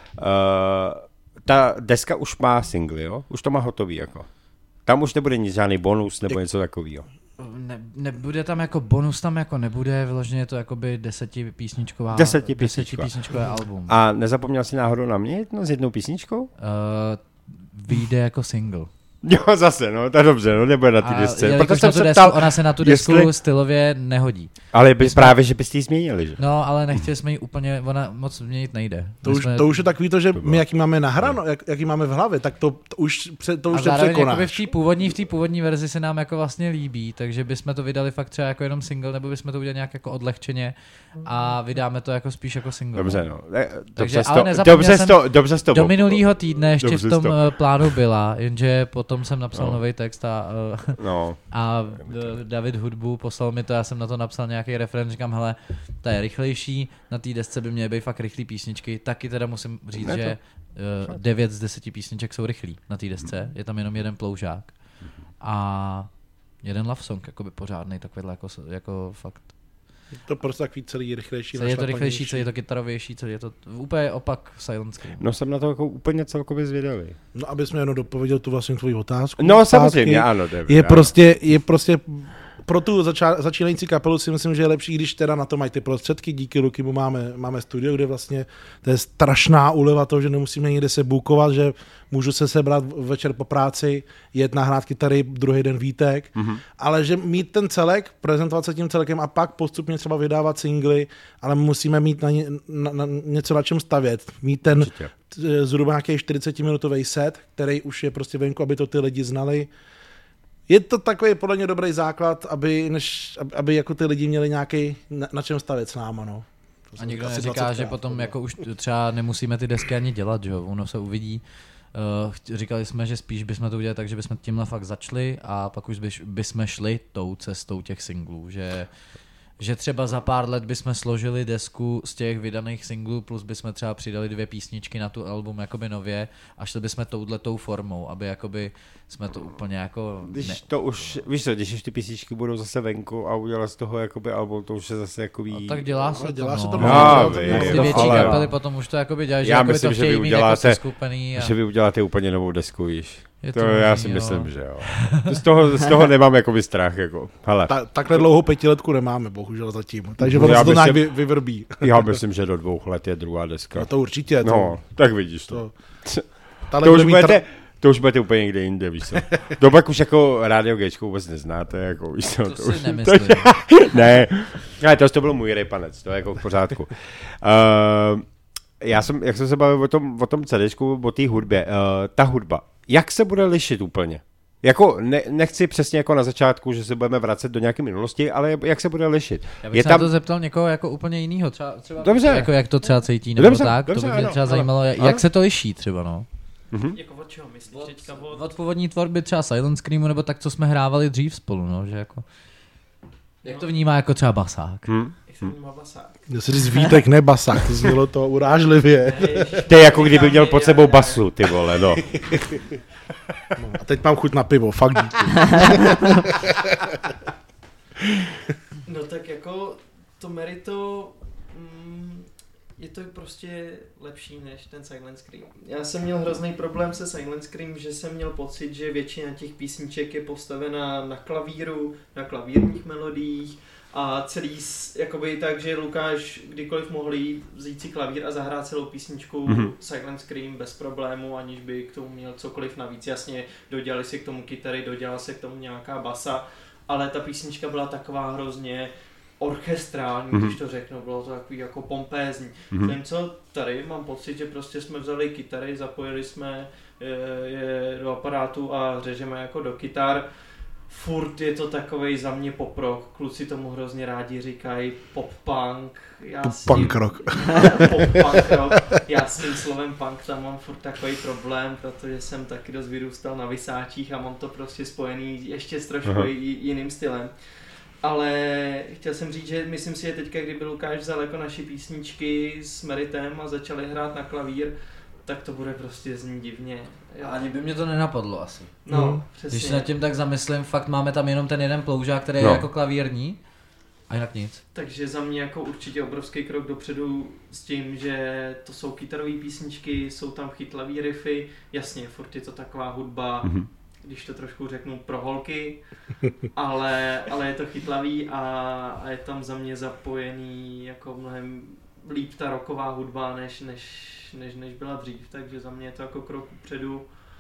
ta deska už má singly, jo? Už to má hotový, jako. Tam už nebude nic, žádný bonus nebo něco takového. Nebude tam jako bonus, tam jako nebude, vyloženě je to jakoby 10písničková 10písničkové album. A nezapomněl jsi náhodou na mě s jednou písničkou? Vyjde jako single. Jo, zase, no, to je dobře, no, nebude na ty desce. Jelikož Proto jsem se desku, ptal, ona se na tu desku jestli- stylově nehodí. ale právě, že byste ji změnili, že? No, ale nechtěli jsme ji úplně, ona moc změnit nejde. To už je takový to, že my jaký máme nahrano, jaký máme v hlavě, tak to už A se zároveň jakoby překonáš. v té původní verzi se nám jako vlastně líbí, takže bychom to vydali fakt třeba jako jenom single, nebo bychom to udělali nějak jako odlehčeně a vydáme to jako spíš jako single. Dobře, no. Takže, ale nezapomněl jsem, dobře s tobou. do minulého týdne ještě Dobře v tom to. plánu byla, jenže potom potom jsem napsal nový text a David hudbu, poslal mi to, já jsem na to napsal nějaký referent, říkám, hele, to je rychlejší, na té desce by měly být fakt rychlý písničky, taky teda musím říct, že 9 z 10 písniček jsou rychlý na té desce, je tam jenom jeden ploužák a jeden love song, jakoby pořádnej, takovýhle jako fakt. Je to prostě takový celý rychlejší. Celý je to rychlejší, celý je to kytarovější, celý je to úplně opak Silent Scream. No jsem na to jako úplně celkově zvědavý. No abys mi jenom dopověděl tu vlastně tvoji otázku. No samozřejmě, ano. Je prostě pro tu začínající kapelu si myslím, že je lepší, když teda na to mají ty prostředky. Díky Lukimu máme studio, kde vlastně to je strašná úleva toho, že nemusíme někde se bookovat, že můžu se sebrat večer po práci, jet nahrát kytary, druhý den výtek, ale že mít ten celek, prezentovat se tím celkem a pak postupně třeba vydávat singly, ale musíme mít na něco na čem stavět. Mít ten zhruba nějaký 40-minutový set, který už je prostě venku, aby to ty lidi znali. Je to takový podle mě dobrý základ, aby jako ty lidi měli nějaký na čem stavět s náma, no. A někdo neříká, že potom jako už třeba nemusíme ty desky ani dělat, že jo, ono se uvidí. Říkali jsme, že spíš bychom to udělali tak, že bychom tímhle fakt začali a pak už bychom šli tou cestou těch singlů, že třeba za pár let bychom složili desku z těch vydaných singlů, plus bychom třeba přidali 2 písničky na tu album jakoby nově a šli bychom touhletou formou, aby jakoby jsme to úplně jako... To už, víš co, když už ty písničky budou zase venku a udělat z toho jakoby album, to už je zase jakoby... No, tak dělá se to. Ty větší kapely potom už to jakoby dělají, že já jakoby myslím, to chtějí mít jako seskupený. Že vy uděláte úplně novou desku, víš. To možný, já si myslím, že jo. Z toho nemám jakoby strach, jako. Hele. Takhle dlouhou 5letku nemáme, bohužel zatím. Takže ono se to nějak vyvrbí. Já myslím, že do 2 let je druhá deska. No to určitě. No, tak vidíš to. To už budete úplně někde jinde, víš co. To pak už jako Radio Gčko vůbec neznáte, jako víš co. To si nemyslím. Ne, ale to byl můj repanec, to je jako v pořádku. Jak jsem se bavil o tom CDčku, o té hudbě, ta hudba, jak se bude lišit úplně? Jako nechci přesně jako na začátku, že se budeme vracet do nějaké minulosti, ale jak se bude lišit? Já bych se na to zeptal někoho jako úplně jinýho, třeba dobře. Jako jak to třeba cítí, nebo dobře, tak, dobře, to by mě třeba zajímalo, jak se to liší třeba, no. Jako od čeho myslíš teďka? Od původní tvorby třeba Silent Screamu, nebo tak, co jsme hrávali dřív spolu, no, že jako... Jak to vnímá jako třeba basák? Jak to vnímá basák? Já si říct Vítek, ne basák, to znělo to urážlivě. To je jako kdyby měl pod sebou basu, ty vole, no. No, a teď mám chuť na pivo, fakt díky. No tak jako to Merito je to prostě lepší než ten Silent Scream. Já jsem měl hrozný problém se Silent Scream, že jsem měl pocit, že většina těch písniček je postavená na klavíru, na klavírních melodiích a celý jakoby tak, že Lukáš kdykoliv mohl jít, vzít si klavír a zahrát celou písničku Silent Scream bez problému, aniž by k tomu měl cokoliv navíc. Jasně, dodělali si k tomu kytary, dodělala se k tomu nějaká basa, ale ta písnička byla taková hrozně orchestrální, když to řeknu, bylo to takový jako pompézní. Vím co, tady mám pocit, že prostě jsme vzali kytary, zapojili jsme je do aparátu a řežeme jako do kytar. Furt je to takovej za mě pop rock, kluci tomu hrozně rádi říkají pop punk. Punk rock. Pop-punk rock. Já s tím slovem punk tam mám furt takový problém, protože jsem taky dost vyrůstal na Vysáčích a mám to prostě spojený ještě s trošku jiným stylem. Ale chtěl jsem říct, že myslím si, že teďka, kdyby Lukáš vzal jako naši písničky s Meritem a začali hrát na klavír, tak to bude prostě znít divně. Jo. Ani by mě to nenapadlo asi. No, přesně. Když se nad tím tak zamyslím, fakt máme tam jenom ten jeden ploužák, který je jako klavírní a jinak nic. Takže za mě jako určitě obrovský krok dopředu s tím, že to jsou kytarové písničky, jsou tam chytlavý riffy, jasně, furt je to taková hudba, když to trošku řeknu, pro holky, ale je to chytlavý a je tam za mě zapojený jako mnohem líp ta rocková hudba, než byla dřív, takže za mě je to jako krok upředu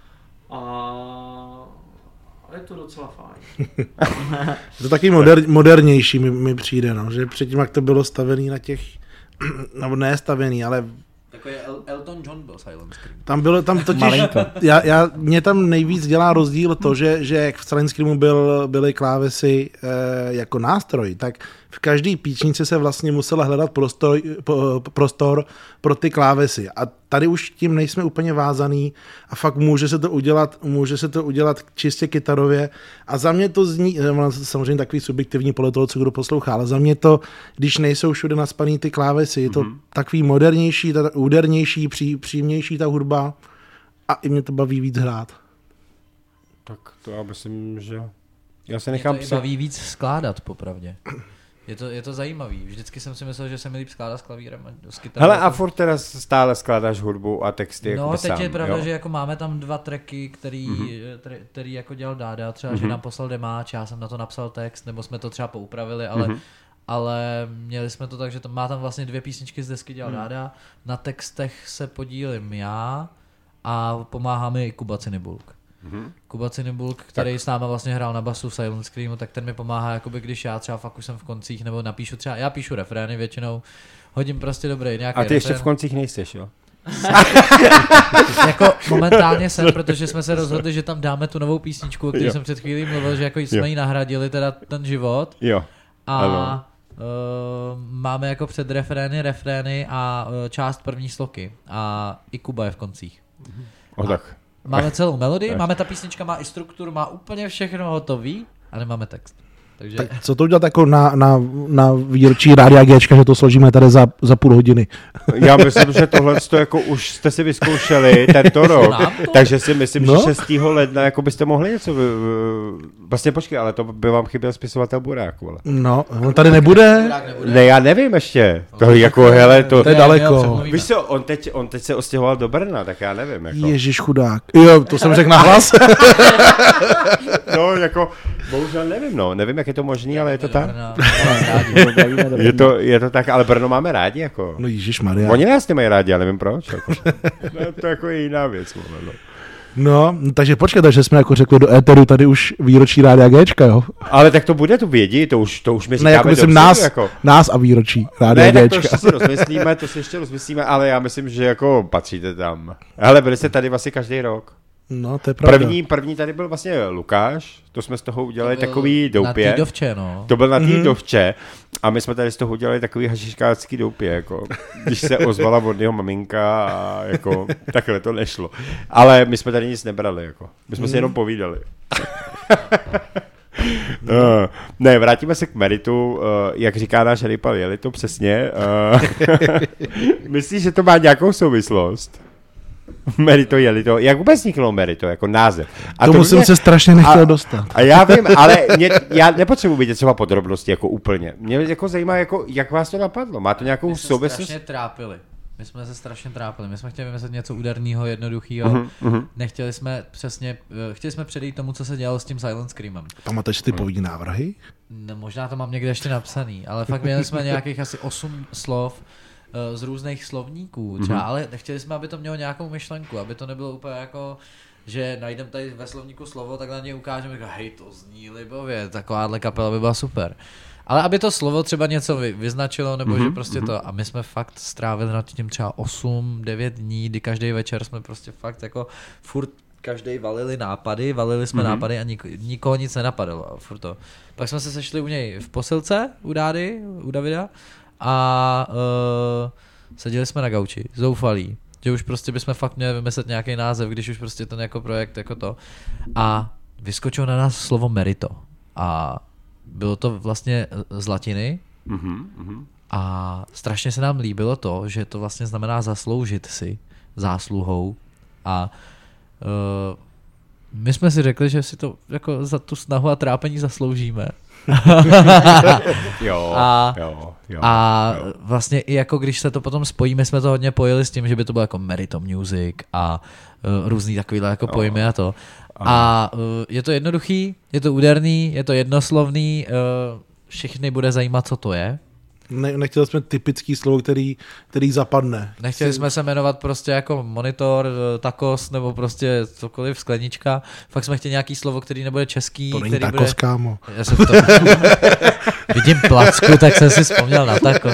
a je to docela fajn. To taky modernější mi přijde, no, že předtím, jak to bylo stavený na těch, nebo ne stavený, ale jako je Elton John byl Silent Scream. Scream. Tam totiž, mě tam nejvíc dělá rozdíl to, že jak v Silent Screamu byly klávesy jako nástroj, tak v každé píčnici se vlastně musela hledat prostor pro ty klávesy. A tady už tím nejsme úplně vázaný a fakt může se to udělat čistě kytarově a za mě to zní, samozřejmě takový subjektivní podle toho, co kdo poslouchá, ale za mě to, když nejsou všude naspaný ty klávesy, je to takový modernější, údernější, příjemnější ta hudba a i mě to baví víc hrát. Tak to já myslím, že já se nechám Mě to i baví víc skládat, popravdě. Je to zajímavý. Vždycky jsem si myslel, že se mi líp skládá s klavírem a s kytarou. Hele, a furt teda stále skládáš hudbu a texty jako teď sám, je pravda, jo? že jako máme tam 2 tracky, který jako dělal Dáda, třeba, že nám poslal demáč, já jsem na to napsal text, nebo jsme to třeba poupravili, ale měli jsme to tak, že má tam vlastně 2 písničky z desky dělal Dáda, na textech se podílím já a pomáhá mi i Kuba Cinibulk. Kuba Cinibulk, který s náma vlastně hrál na basu v Silent Screamu, tak ten mi pomáhá, jakoby, když já třeba fakt už jsem v koncích, nebo napíšu třeba, já píšu refrény většinou, hodím prostě dobrý nějaký A ty refrén. ještě v koncích nejseš, jo? Jako momentálně jsem, protože jsme se rozhodli, že tam dáme tu novou písničku, o které jsem před chvílí mluvil, že jako jsme ji nahradili, teda ten život. Jo. A máme jako před refrény a část první sloky. A i Kuba je v koncích. Tak. Máme celou melodii, máme ta písnička, má i strukturu, má úplně všechno hotový a nemáme text. Takže... Tak co to udělat jako na výročí Rádia Géčka, že to složíme tady za půl hodiny? Já myslím, že tohle jako už jste si vyzkoušeli tento rok, takže si myslím, že 6. ledna jako byste mohli něco... Vlastně počkej, ale to by vám chyběl spisovatel Burák, vole. No, on tady nebude? Ne, já nevím ještě. To jako, hele, to je daleko. Víš co, on teď se ostěhoval do Brna, tak já nevím. Jako. Ježiš chudák. Jo, to jsem řekl nahlas. No, jako, bohužel nevím, no. Nevím, jak je to možný, ale je to tak. Je to tak, ale Brno máme rádi, jako. No ježišmarja. Oni nás nemají rádi, já nevím proč. Jako. No, to jako je jiná věc. No. No, takže počkej, takže jsme jako řekli do éteru tady už výročí Rádia Géčka, jo? Ale tak to bude, tu vědí, to už my říkáme. Ne, jako myslím nás a výročí Rádia Géčka. Ne, tak to si ještě rozmyslíme, ale já myslím, že jako patříte tam. Hele, byli jste tady vlastně každý rok. No, to je pravda. První tady byl vlastně Lukáš, to jsme z toho udělali takový doupě. Na té dovče, no. To byl na té dovče a my jsme tady z toho udělali takový hašiškácký doupě, jako, když se ozvala od něho maminka a jako, takhle to nešlo. Ale my jsme tady nic nebrali, jako. My jsme si jenom povídali. Ne, vrátíme se k meritu, jak říká náš Ripal, je-li to přesně. Myslíš, že to má nějakou souvislost? Merito, jelito. Jak vůbec vzniklo Merito, jako název? A tomu jsem se strašně nechtěl dostat. A já vím, ale já nepotřebuji vidět třeba podrobnosti jako úplně. Mě jako zajímá, jako, jak vás to napadlo. Má to nějakou souvislost? My jsme se strašně trápili. My jsme chtěli vymyslet něco úderného, jednoduchého. Nechtěli jsme chtěli jsme předejít tomu, co se dělalo s tím Silent Screamem. Pamatuješ ty povídní návrhy? No, možná to mám někde ještě napsaný, ale fakt měli jsme nějakých asi 8 slov z různých slovníků třeba, ale nechtěli jsme, aby to mělo nějakou myšlenku, aby to nebylo úplně jako, že najdeme tady ve slovníku slovo, tak na něj ukážeme, že hej, to zní libově, takováhle kapela by byla super. Ale aby to slovo třeba něco vyznačilo, nebo že prostě to, a my jsme fakt strávili nad tím třeba 8-9 dní, kdy každý večer jsme prostě fakt jako furt každý valili jsme nápady a nikoho nic nenapadalo. A furt to. Pak jsme se sešli u něj v posilce, u Davida, a seděli jsme na gauči, zoufalí, že už prostě bychom fakt měli vymyslet nějaký název, když už prostě ten jako projekt jako to. A vyskočilo na nás slovo merito. A bylo to vlastně z latiny a strašně se nám líbilo to, že to vlastně znamená zasloužit si zásluhou a my jsme si řekli, že si to jako za tu snahu a trápení zasloužíme. A vlastně i jako když se to potom spojí, my jsme to hodně pojili s tím, že by to bylo jako Merito Music a různý takovýhle jako pojmy a to. A je to jednoduchý, je to úderný, je to jednoslovný, všichni bude zajímat, co to je. Nechtěli jsme typický slovo, který zapadne. Nechtěli jsme se jmenovat prostě jako monitor, tacos nebo prostě cokoliv, sklenička. Fakt jsme chtěli nějaký slovo, který nebude český. To není který tacos, bude... kámo. Já jsem to... Vidím placku, tak jsem si vzpomněl na tacos.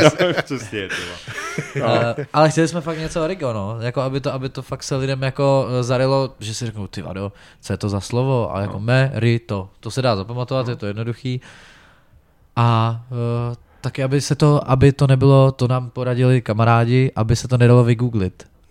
Ale chtěli jsme fakt něco origo, no. Jako aby to fakt se lidem jako zarilo, že si řeknou, ty vado, co je to za slovo? A jako merito. To se dá zapamatovat, je to jednoduchý. A taky aby to nebylo, to nám poradili kamarádi, aby se to nedalo vygooglit.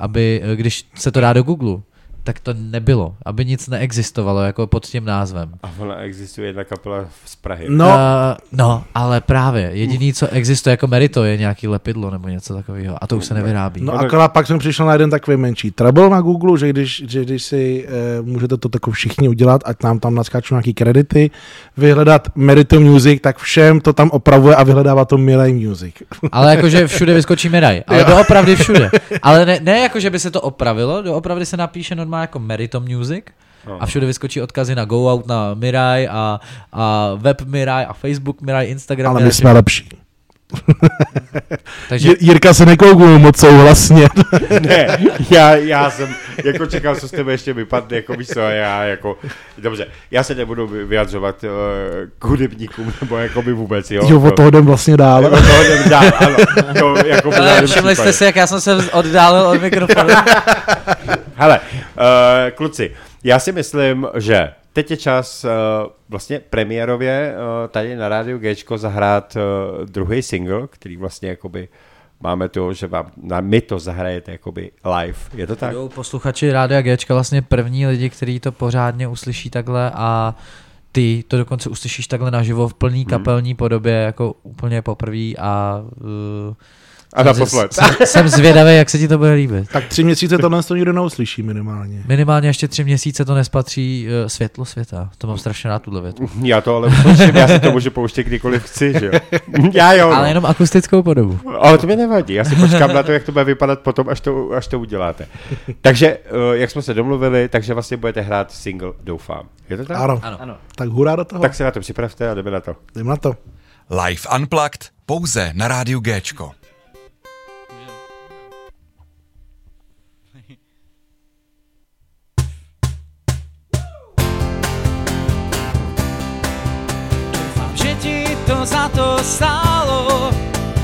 aby, když se to dá do Google, tak to nebylo, aby nic neexistovalo jako pod tím názvem. A ona existuje jedna kapela z Prahy. No, Ale právě, jediný, co existuje jako Merito, je nějaký lepidlo nebo něco takového a to už se nevyrábí. no akorát pak jsem přišel na jeden takový menší trouble na Google, že když si můžete to tako všichni udělat, ať nám tam naskáčou nějaký kredity, vyhledat Merito Music, tak všem to tam opravuje a vyhledává to Mirai Music. Ale jakože všude vyskočí Mirai, ale doopravdy všude. Ale ne jakože by se to opravilo, doopravdy se napíše normálně jako Merito Music a všude vyskočí odkazy na Go Out na Mirai a web Mirai a Facebook Mirai, Instagram. Ale my jsme lepší. Takže... Jirka se nekoukuje moc souhlasně. Ne, já jsem jako čekal, co z tebe ještě vypadne, jako víš co, já jako, dobře, já se nebudu vyjadřovat k hudebníkům, nebo jako by vůbec, jo. Jo, od toho jdem vlastně dál. Od toho jdem dál, ano. To jako ale všimli jste si, jak já jsem se oddálil od mikrofonu. Hele, kluci, já si myslím, že teď je čas vlastně premiérově tady na Rádiu Géčko zahrát druhý single, který vlastně jakoby máme to, že my to zahrajete jakoby live. Je to tak? Budou posluchači Rádia Géčka vlastně první lidi, kteří to pořádně uslyší takhle a ty to dokonce uslyšíš takhle naživo v plný kapelní podobě jako úplně poprvé a naposled. Jsem zvědavý, jak se ti to bude líbit. Tak 3 měsíce tohle to nikdo neuslyší minimálně. Minimálně ještě 3 měsíce to nespatří světlo světa. To mám strašně rád tuhle větu. Já to ale uslyším, já si to můžu pouštět kdykoliv chci, že jo. Já jo. Ale jenom akustickou podobu. Ale to mi nevadí, já si počkám na to, jak to bude vypadat potom, až to uděláte. Takže, jak jsme se domluvili, takže vlastně budete hrát single Doufám. Je to tak? Ano. Tak hurá do toho. Tak se na to připravte a jdeme na to. Jdeme na to. Live Unplugged pouze na Rádiu Géčko. Že ti to za to stálo.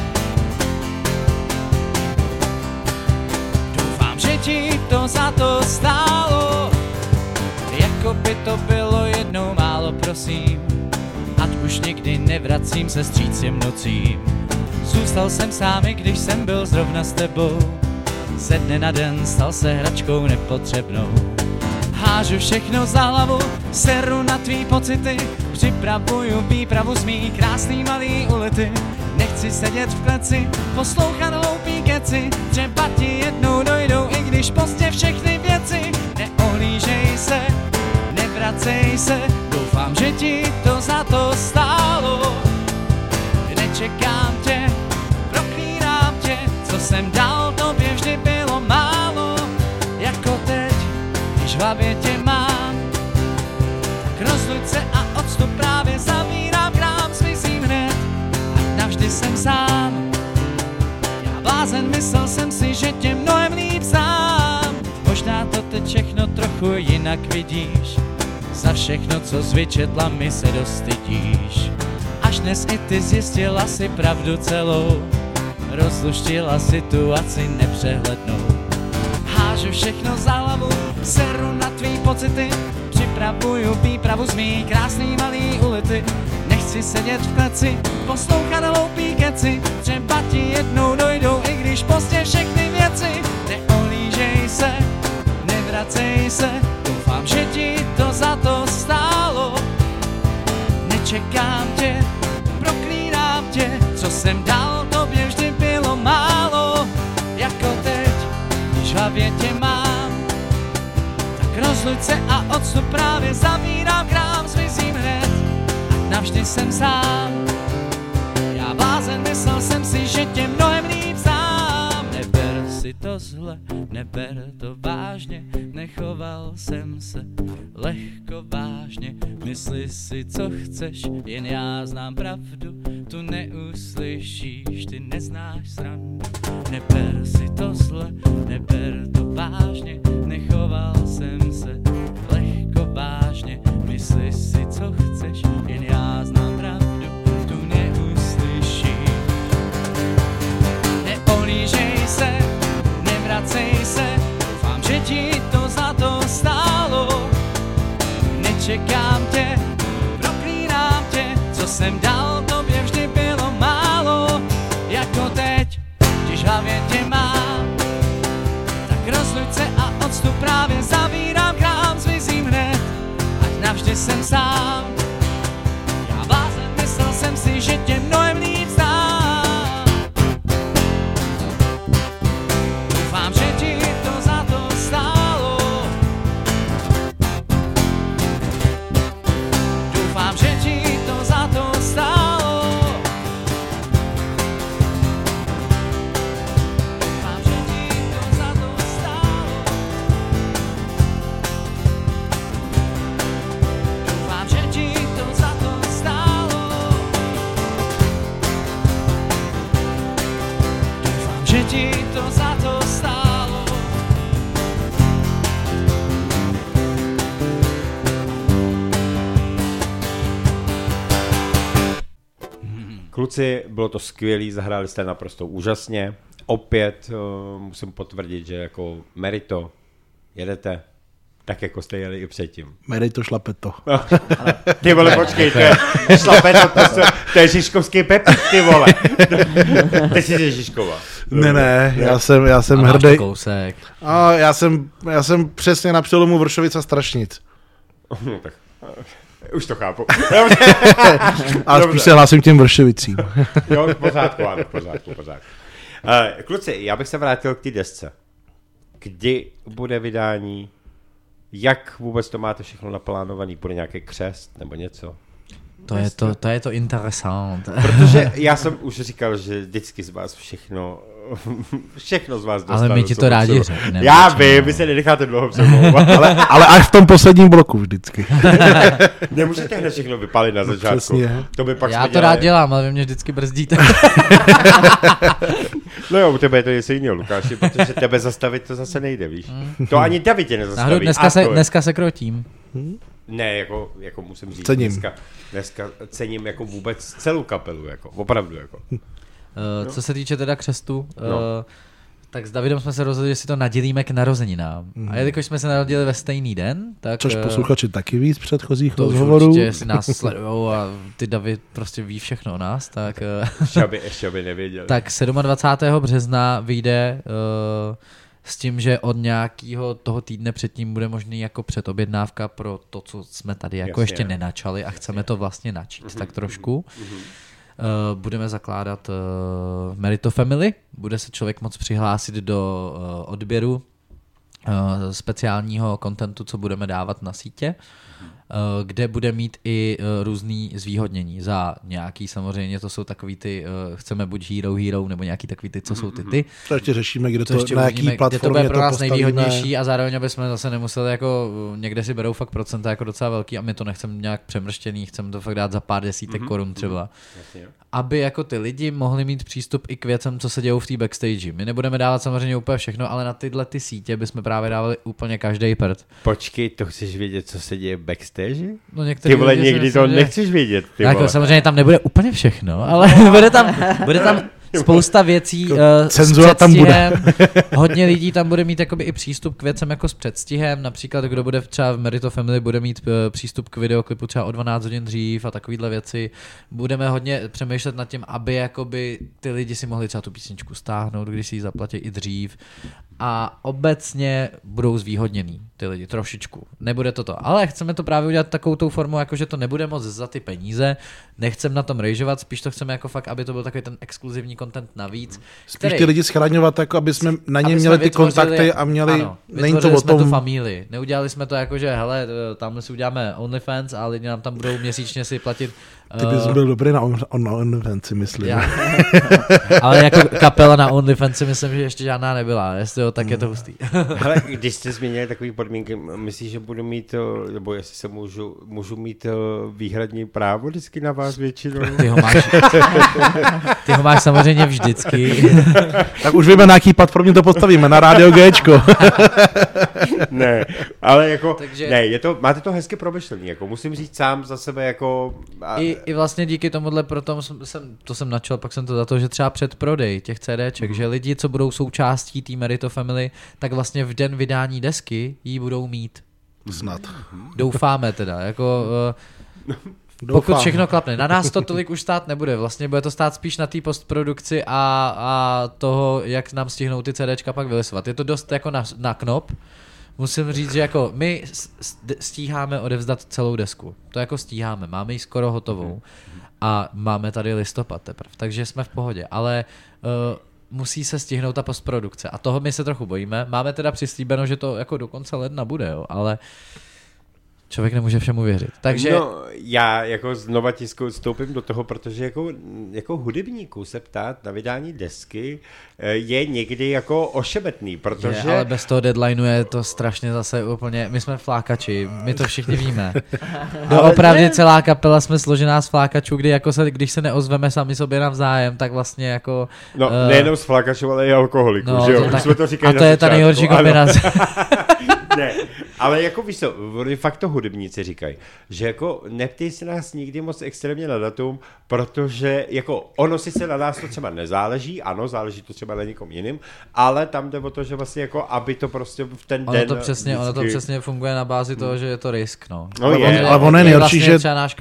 Doufám, že ti to za to stálo. Jako by to bylo jednou málo, prosím. Ať už nikdy nevracím se vstříc těm nocím. Zůstal jsem sám, i když jsem byl zrovna s tebou. Ze dne na den stal se hračkou nepotřebnou. Hážu všechno za hlavu, seru na tvý pocity. Připravuju výpravu z mý krásný malý ulity. Nechci sedět v kleci, poslouchat hloupý keci. Třeba ti jednou dojdou, i když pozdě všechny věci. Neohlížej se, nevracej se. Doufám, že ti to za to stálo. Nečekám tě, proklínám tě. Co jsem dal, tobě vždy bylo málo. Jako teď, když v hlavě tě mám. Tak rozluď se a odstup, právě zavírám krám, zmizím hned. A navždy jsem sám. Já blázen, myslel jsem si, že tě mnohem líp sám. Možná to teď všechno trochu jinak vidíš. Za všechno, co jsi vyčetla, mi se dostydíš. Až dnes i ty zjistila si pravdu celou. Rozluštila situaci nepřehlednou. Hážu všechno za hlavu, seru na tvý pocity. Připravuju výpravu z mý krásný malý ulity. Nechci sedět v kleci, poslouchat hloupý keci. Třeba ti jednou dojdou, i když pozdě všechny věci. Neohlížej se, nevracej se. Doufám, že ti to za to stálo. Nečekám tě, proklínám tě. Co jsem dal, tobě vždy bylo málo. Jako teď, když v hlavě tě mám. Tak rozluď se a odstup, právě zavírám krám, zmizím hned. A navždy jsem sám. Já blázen, myslel jsem si, že tě mnohem líp sám. Neber si to zle, neber to vážně. Nechoval jsem se lehko vážně. Mysli si, co chceš, jen já znám pravdu. Tu neuslyšíš, ty neznáš srandu. Neber si to zle, neber to vážně. Nechoval jsem se lehko vážně. Mysli si, co chceš, jen já znám pravdu. Tu neuslyšíš. Neohlížej se, nevracej se. Doufám, že ti to za to stálo. Nečekám tě, proklínám tě. Co jsem dal, tobě vždy bylo málo. Jako teď, když v hlavě tě mám. jsem sám. Já blázen, myslel jsem si, že tě mnohem líp znám. Doufám, že ti to za to stálo. Doufám, že ti to za to stálo. Doufám, že ti to za to stálo. Doufám, že ti to za to stálo. Doufám, že ti to za to stálo. Kluci, bylo to skvělý, zahráli jste naprosto úžasně. Opět musím potvrdit, že jako Merito jedete tak, jako jste jeli i předtím. Merej to, šlape to. Ty vole, počkej, šlape to je Žižkovský Pepík, ty vole. Ty jsi ze Žižkova. Ne, já jsem A máš hrdý. to kousek. A já jsem přesně na přelomu Vršovic a Strašnic. No, tak, už to chápu. A spíš se hlásím k těm Vršovicím. Jo, v pořádku, ano, v pořádku. Kluci, já bych se vrátil k té desce. Kdy bude vydání? Jak vůbec to máte všechno naplánovaný? Bude nějaký křest nebo něco? To je to interesant. Protože já jsem už říkal, že vždycky z vás všechno z vás dostanu. Ale my ti to rádi řekneme. Já vím, vy se nenecháte dlouho přemlouvat. Ale až v tom posledním bloku vždycky. Nemůžete hned všechno vypalit na začátku. Přesně. To by pak Já jsme to rád dělám, ale vy mě vždycky brzdíte. No jo, u tebe je to něco jiného, Lukáši, protože tebe zastavit to zase nejde, víš. To ani David tě nezastaví. Náhodou dneska se krotím. Ne, jako musím říct, Cením. Dneska cením jako vůbec celou kapelu, jako, opravdu, jako. Co se týče teda křestu, tak s Davidem jsme se rozhodli, že si to nadělíme k narozeninám. A jelikož jsme se narodili ve stejný den, tak... Což posluchači taky víc předchozích to rozhovorů. Určitě, jestli nás sledujou a ty David prostě ví všechno o nás, tak... Ještě by nevěděl. Tak 27. března vyjde s tím, že od nějakého toho týdne předtím bude možný jako předobjednávka pro to, co jsme tady jako ještě nenačali a chceme to vlastně načít tak trošku. Budeme zakládat Merito Family, bude se člověk moct přihlásit do odběru speciálního kontentu, co budeme dávat na sítě, kde bude mít i různý zvýhodnění za nějaký, samozřejmě to jsou takový ty, chceme buď Hero, nebo nějaký takový ty, co jsou ty. To ještě řešíme, kde To to, ještě na uvidíme, jaký platformě kde to bude pro nás postavíme. nejvýhodnější a zároveň, aby jsme zase nemuseli jako, někde si berou fakt procenta jako docela velký a my to nechceme nějak přemrštěný, chceme to fakt dát za pár desítek korun třeba. Aby jako ty lidi mohli mít přístup i k věcem, co se dějou v té backstage. My nebudeme dávat samozřejmě úplně všechno, ale na tyhle ty sítě bychom právě dávali úplně každý prd. Počkej, to chceš vědět, co se děje backstage? No Ty vole, někdy to nechceš vědět, ty jako vole. samozřejmě tam nebude úplně všechno, ale bude tam spousta věcí s Cenzura tam bude. předstihem. Hodně lidí tam bude mít jakoby i přístup k věcem jako s předstihem. Například kdo bude třeba v Merito Family, bude mít přístup k videoklipu třeba o 12 hodin dřív a takovýhle věci. Budeme hodně přemýšlet nad tím, aby jakoby ty lidi si mohli třeba tu písničku stáhnout, když si ji zaplatí i dřív. A obecně budou zvýhodněný ty lidi trošičku. Nebude to. Ale chceme to právě udělat takovou tou formou, jako že to nebude moc za ty peníze. Nechceme na tom rejžovat, spíš to chceme jako fakt, aby to byl takový ten exkluzivní content navíc. Spíš ty lidi schraňovat, jako aby jsme na ně měli ty kontakty a měli, ano, není to o jsme tu tom. familii. Neudělali jsme to jako, že hele, tamhle si uděláme OnlyFans a lidi nám tam budou měsíčně si platit. Ty bys byl dobrý na OnlyFans, myslím. Ale jako kapela na OnlyFans si myslím, že ještě žádná nebyla. Jestli jo, tak je to hustý. Ale když jste změnili takové podmínky, myslíš, že budu mít, nebo jestli se můžu mít výhradní právo vždycky na vás většinou? Ty ho máš samozřejmě vždycky. Tak už víme, na jaký platformě to postavíme, na Rádio Gčko. Ne, ale jako, Takže... ne, máte to hezky promyšlený, jako musím říct sám za sebe, jako... I vlastně díky tomuhle, proto jsem načal, pak jsem to za to, že třeba předprodej těch CDček, že lidi, co budou součástí té Merito Family, tak vlastně v den vydání desky ji budou mít. Snad. Doufáme teda, jako... Pokud všechno klapne. Na nás to tolik už stát nebude. Vlastně bude to stát spíš na té postprodukci a toho, jak nám stihnou ty CDčka pak vylisovat. Je to dost jako na knop, musím říct, že jako my stíháme odevzdat celou desku. To jako stíháme, máme ji skoro hotovou a máme tady listopad teprve, takže jsme v pohodě, ale musí se stihnout ta postprodukce a toho my se trochu bojíme. Máme teda přislíbeno, že to jako do konce ledna bude, jo, ale člověk nemůže všemu věřit. Takže... No, já jako znova vstoupím do toho, protože jako hudebníků se ptát na vydání desky je někdy jako ošemetný, protože... Je, ale bez toho deadlineu je to strašně zase úplně... My jsme flákači, my to všichni víme. Opravdu celá kapela jsme složená z flákačů, kdy jako když se neozveme sami sobě navzájem, tak vlastně jako... No, nejenom z flákačů, ale i alkoholiků, no, že jo? Tak... Jsme to říkali a to je ta nejhorší kombinace. Ne, ale jako víš co, fakt to hudebníci říkají, že jako neptej se nás nikdy moc extrémně na datum, protože jako ono sice na nás to třeba nezáleží, ano, záleží to třeba na někom jiným, ale tam jde o to, že vlastně jako, aby to prostě v ten den... Ono to přesně funguje na bázi toho, že je to risk, no. Ale ono je nejhorší, že...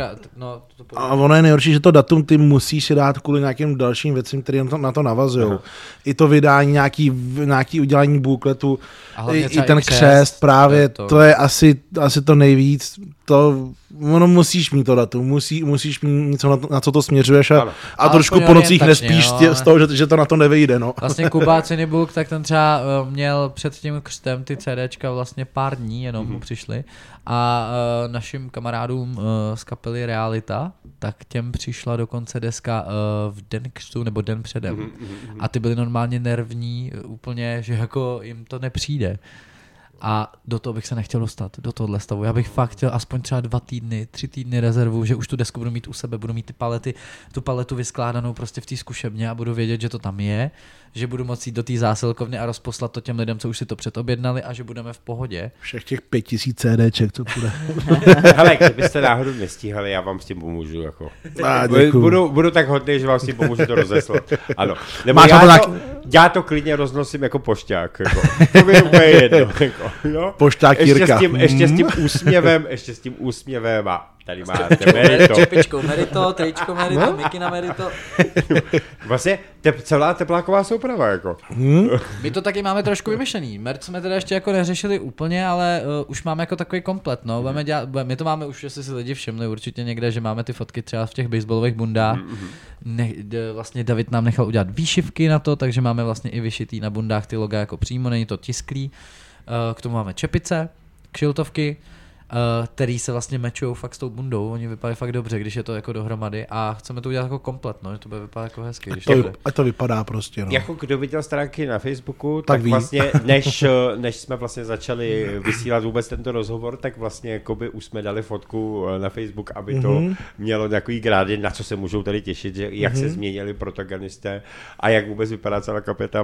A ono je nejhorší, že to datum ty musíš si dát kvůli nějakým dalším věcem, které na to navazují. I to vydání, nějaký udělání bookletu, i ten křest, právě, to je asi to nejvíc, ono musíš mít to datum, musíš mít něco, na co to směřuješ a trošku po nocích nespíš z toho, že to na to nevyjde, no. Vlastně Kuba Cinebook, tak ten třeba měl před tím křtem ty CDčka vlastně pár dní, jenom mu přišli a našim kamarádům z kapely Realita, tak těm přišla dokonce deska v den křtu nebo den předem a ty byli normálně nervní úplně, že jako jim to nepřijde. A do toho bych se nechtěl dostat, do tohohle stavu. Já bych fakt chtěl aspoň třeba 2 týdny, 3 týdny rezervu, že už tu desku budu mít u sebe, budu mít ty palety, tu paletu vyskládanou prostě v té zkušebně a budu vědět, že to tam je, že budu moct jít do té zásilkovny a rozposlat to těm lidem, co už si to předobjednali a že budeme v pohodě. Všech těch 5000 CDček, co bude. Hele, kdybyste náhodou nestíhali, já vám s tím pomůžu. Jako. Budu tak hodný, že vám s tím pomůžu to rozeslat. Ano. Nebo já to klidně roznosím jako pošťák. Jako. To by úplně jedno. Jako, jo? Pošťák Jirka. Ještě s tím úsměvem a tady máte Merito. Čepičkou Merito, tričko Merito, mikina Merito. Vlastně celá tepláková souprava, jako. My to taky máme trošku vymyšlený. Merch jsme teda ještě jako neřešili úplně, ale už máme jako takový komplet, no. My to máme už, jestli si lidi všimli určitě někde, že máme ty fotky třeba v těch baseballových bundách. Vlastně David nám nechal udělat výšivky na to, takže máme vlastně i vyšitý na bundách ty loga jako přímo, není to tisklý. K tomu máme čepice, kšiltovky, který se vlastně mečujou fakt s tou bundou, oni vypadají fakt dobře, když je to jako dohromady a chceme to udělat jako komplet, no, že to bude vypadat jako hezky. A to vypadá prostě, no. Jako kdo viděl stránky na Facebooku, tak vlastně, než jsme vlastně začali vysílat vůbec tento rozhovor, tak vlastně jakoby už jsme dali fotku na Facebook, aby to mělo takový grády, na co se můžou tady těšit, že jak se změnili protagonisté a jak vůbec vypadá celá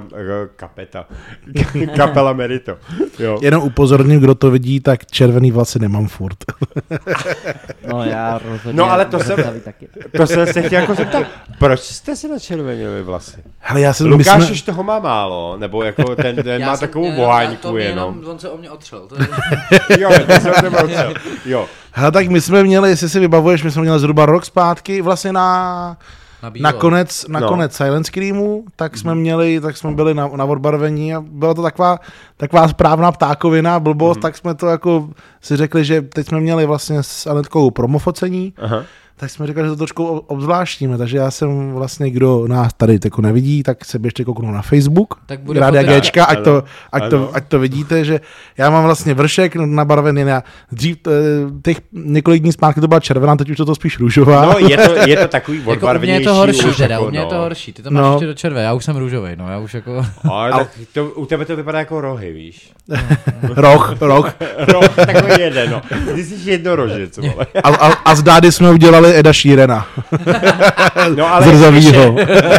kapela Merito. Jo. Jenom upozorním, kdo to vidí, tak červený vlasy nemám furt. No já rozhodně. No ale to jsem se chtěl jako zeptat. Proč jste si načervenili vlasy? Hele, Lukáš už toho má málo, nebo jako ten má takovou voháňku jenom. On se o mě otřel. Jo, to se o tebe otřel. Jo. Hele, tak my jsme měli, jestli si vybavuješ, my jsme měli zhruba rok zpátky vlastně nakonec Silent Screamu, tak jsme byli na odbarvení a byla to taková správná ptákovina, blbost, tak jsme to jako si řekli, že teď jsme měli vlastně s Anetkou promofocení, tak jsme řekli, že to trošku obzvláštíme, takže já jsem vlastně, kdo nás tady jako nevidí, tak se běžte kouknout na Facebook, Rádia Géčka, ať to vidíte, že já mám vlastně vršek nabarvený na dřív těch několik dní zpátky to byla červená, teď už to spíš růžová. No, je to takový odbarvenější. Jako u mě je to horší teda, u mě je to horší, ty to máš ještě do červé, já už jsem růžovej, no, já už jako... Ale tak u tebe to vypadá jako rohy, víš? Roh, takový jeden, no. Ty jsi jednorožec, vole. A z dády jsme udělali Eda Sheerana. No ale zrzavýho.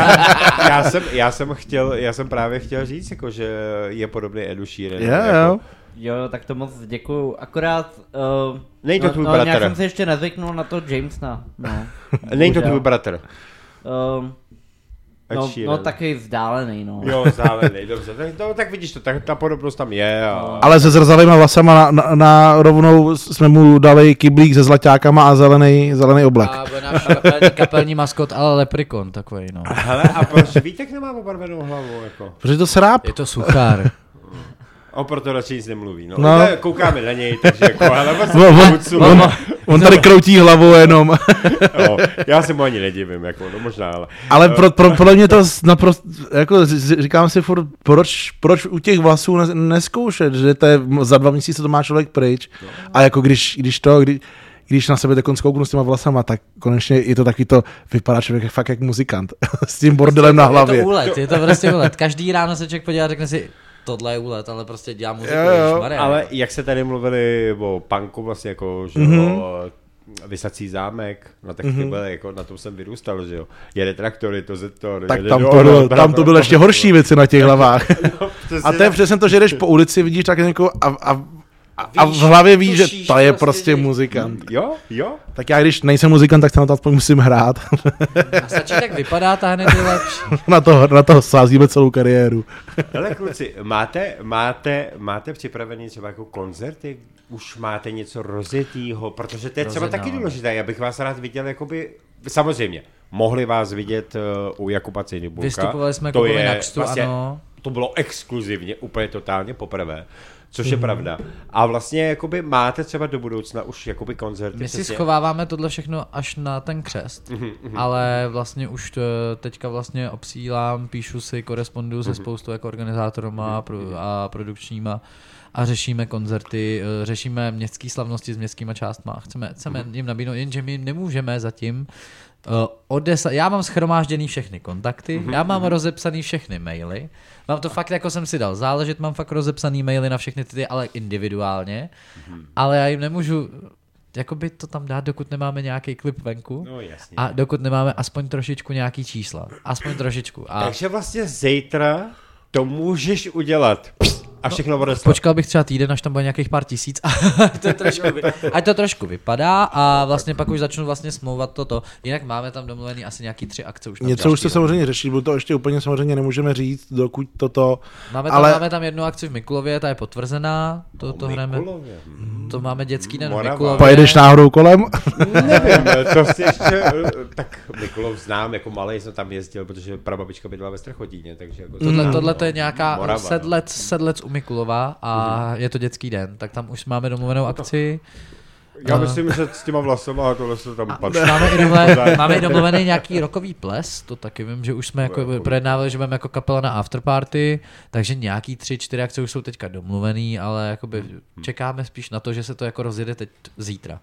Já jsem právě chtěl říct, jako, že je podobný Edu Sheeran. Jako. Jo, tak to moc děkuju. Akorát není to tvůj bratr. Nějak jsem se ještě nezvyknul na to Jamesa. No, není to tvůj bratr. No taky vzdálený, no. Jo, vzdálený, dobře. Tak vidíš to, ta podobnost tam je. Ale se zrzavýma vlasama na rovnou jsme mu dali kyblík se zlaťákama a zelený oblek. A náš kapelní maskot, ale leprikon takový, no. Hele, a proč Vítek nemá obarvenou hlavu, jako? Protože to sráp. Je to suchár. On proto radši nic nemluví. No. No. Koukáme na něj, takže jako, ale On tady kroutí hlavou jenom. no, já se mu ani nedivím, jako, no možná, ale... Ale podle mě to naprosto, jako říkám si furt, proč u těch vlasů neskoušet, že to je, za 2 měsíce to má člověk pryč a jako když na sebe takon skouknu s těma vlasama, tak konečně je to taky to, vypadá člověk fakt jak muzikant s tím bordelem na hlavě. Je to prostě úlet. Každý ráno se člověk podívá a řekne si, tohle je úlet, ale prostě dělám muziku. Ale jak se tady mluvili o punku vlastně jako, že Vysací zámek, no tak ty byly, jako na tom jsem vyrůstal, že jo. Jede traktor, je to Zetor. Tak tam to byly ještě horší věci na těch hlavách. A to je přesně to, že jdeš po ulici, vidíš tak někoho a v hlavě víš, že to je prostě muzikant. Jo. Tak já když nejsem muzikant, tak se na to aspoň musím hrát. A stačí, jak vypadá, ta hned je lepší. Na toho sázíme celou kariéru. Ale kluci, máte připravený třeba jako koncerty? Už máte něco rozjetýho? Protože to je třeba taky důležité. Já bych vás rád viděl, jakoby, samozřejmě, mohli vás vidět u Jakuba Cejnybulka. Vystupovali jsme jako na křtu, vlastně, ano. To bylo exkluzivně, úplně totálně poprvé. Což je pravda. A vlastně jakoby máte třeba do budoucna už jakoby koncerty. My si schováváme tohle všechno až na ten křest, ale vlastně už teďka vlastně obsílám, píšu si, koresponduju se spoustou jako organizátorama a produkčníma a řešíme koncerty, řešíme městské slavnosti s městskýma částma. Chceme jim nabídnout, jenže my nemůžeme zatím já mám shromážděný všechny kontakty, já mám rozepsaný všechny maily, mám to fakt, jako jsem si dal záležet, mám fakt rozepsaný maily na všechny ty, ale individuálně, ale já jim nemůžu jakoby to tam dát, dokud nemáme nějaký klip venku a dokud nemáme aspoň trošičku nějaký čísla, aspoň trošičku. Takže vlastně zítra to můžeš udělat. A všechno odeslat. Počkal bych třeba týden, až tam bude nějakých pár tisíc a ať to trošku vypadá a vlastně pak už začnu vlastně smlouvat toto. Jinak máme tam domluvený asi nějaký 3 akce. Už tam něco už se samozřejmě řeší, bylo to ještě úplně samozřejmě nemůžeme říct, dokud toto... Máme tam jednu akci v Mikulově, ta je potvrzená, to hrajeme. To máme dětský den v Mikulově. Pojedeš náhodou kolem? Nevím, to si ještě... Tak Mikulov znám, jako malej jsem tam jezdil, protože prababička bydlela ve Strachotíně, takže jako... Tohle to je nějaká sedlec u Mikulova a je to dětský den, tak tam už máme domluvenou akci. Já myslím, že s těma vlasama a tohle se tam patří. Máme i domluvený nějaký rockový ples, to taky vím, že už jsme jako projednávali, že budeme jako kapela na afterparty, takže nějaký 3-4 akce už jsou teďka domluvený, ale jakoby čekáme spíš na to, že se to jako rozjede teď zítra.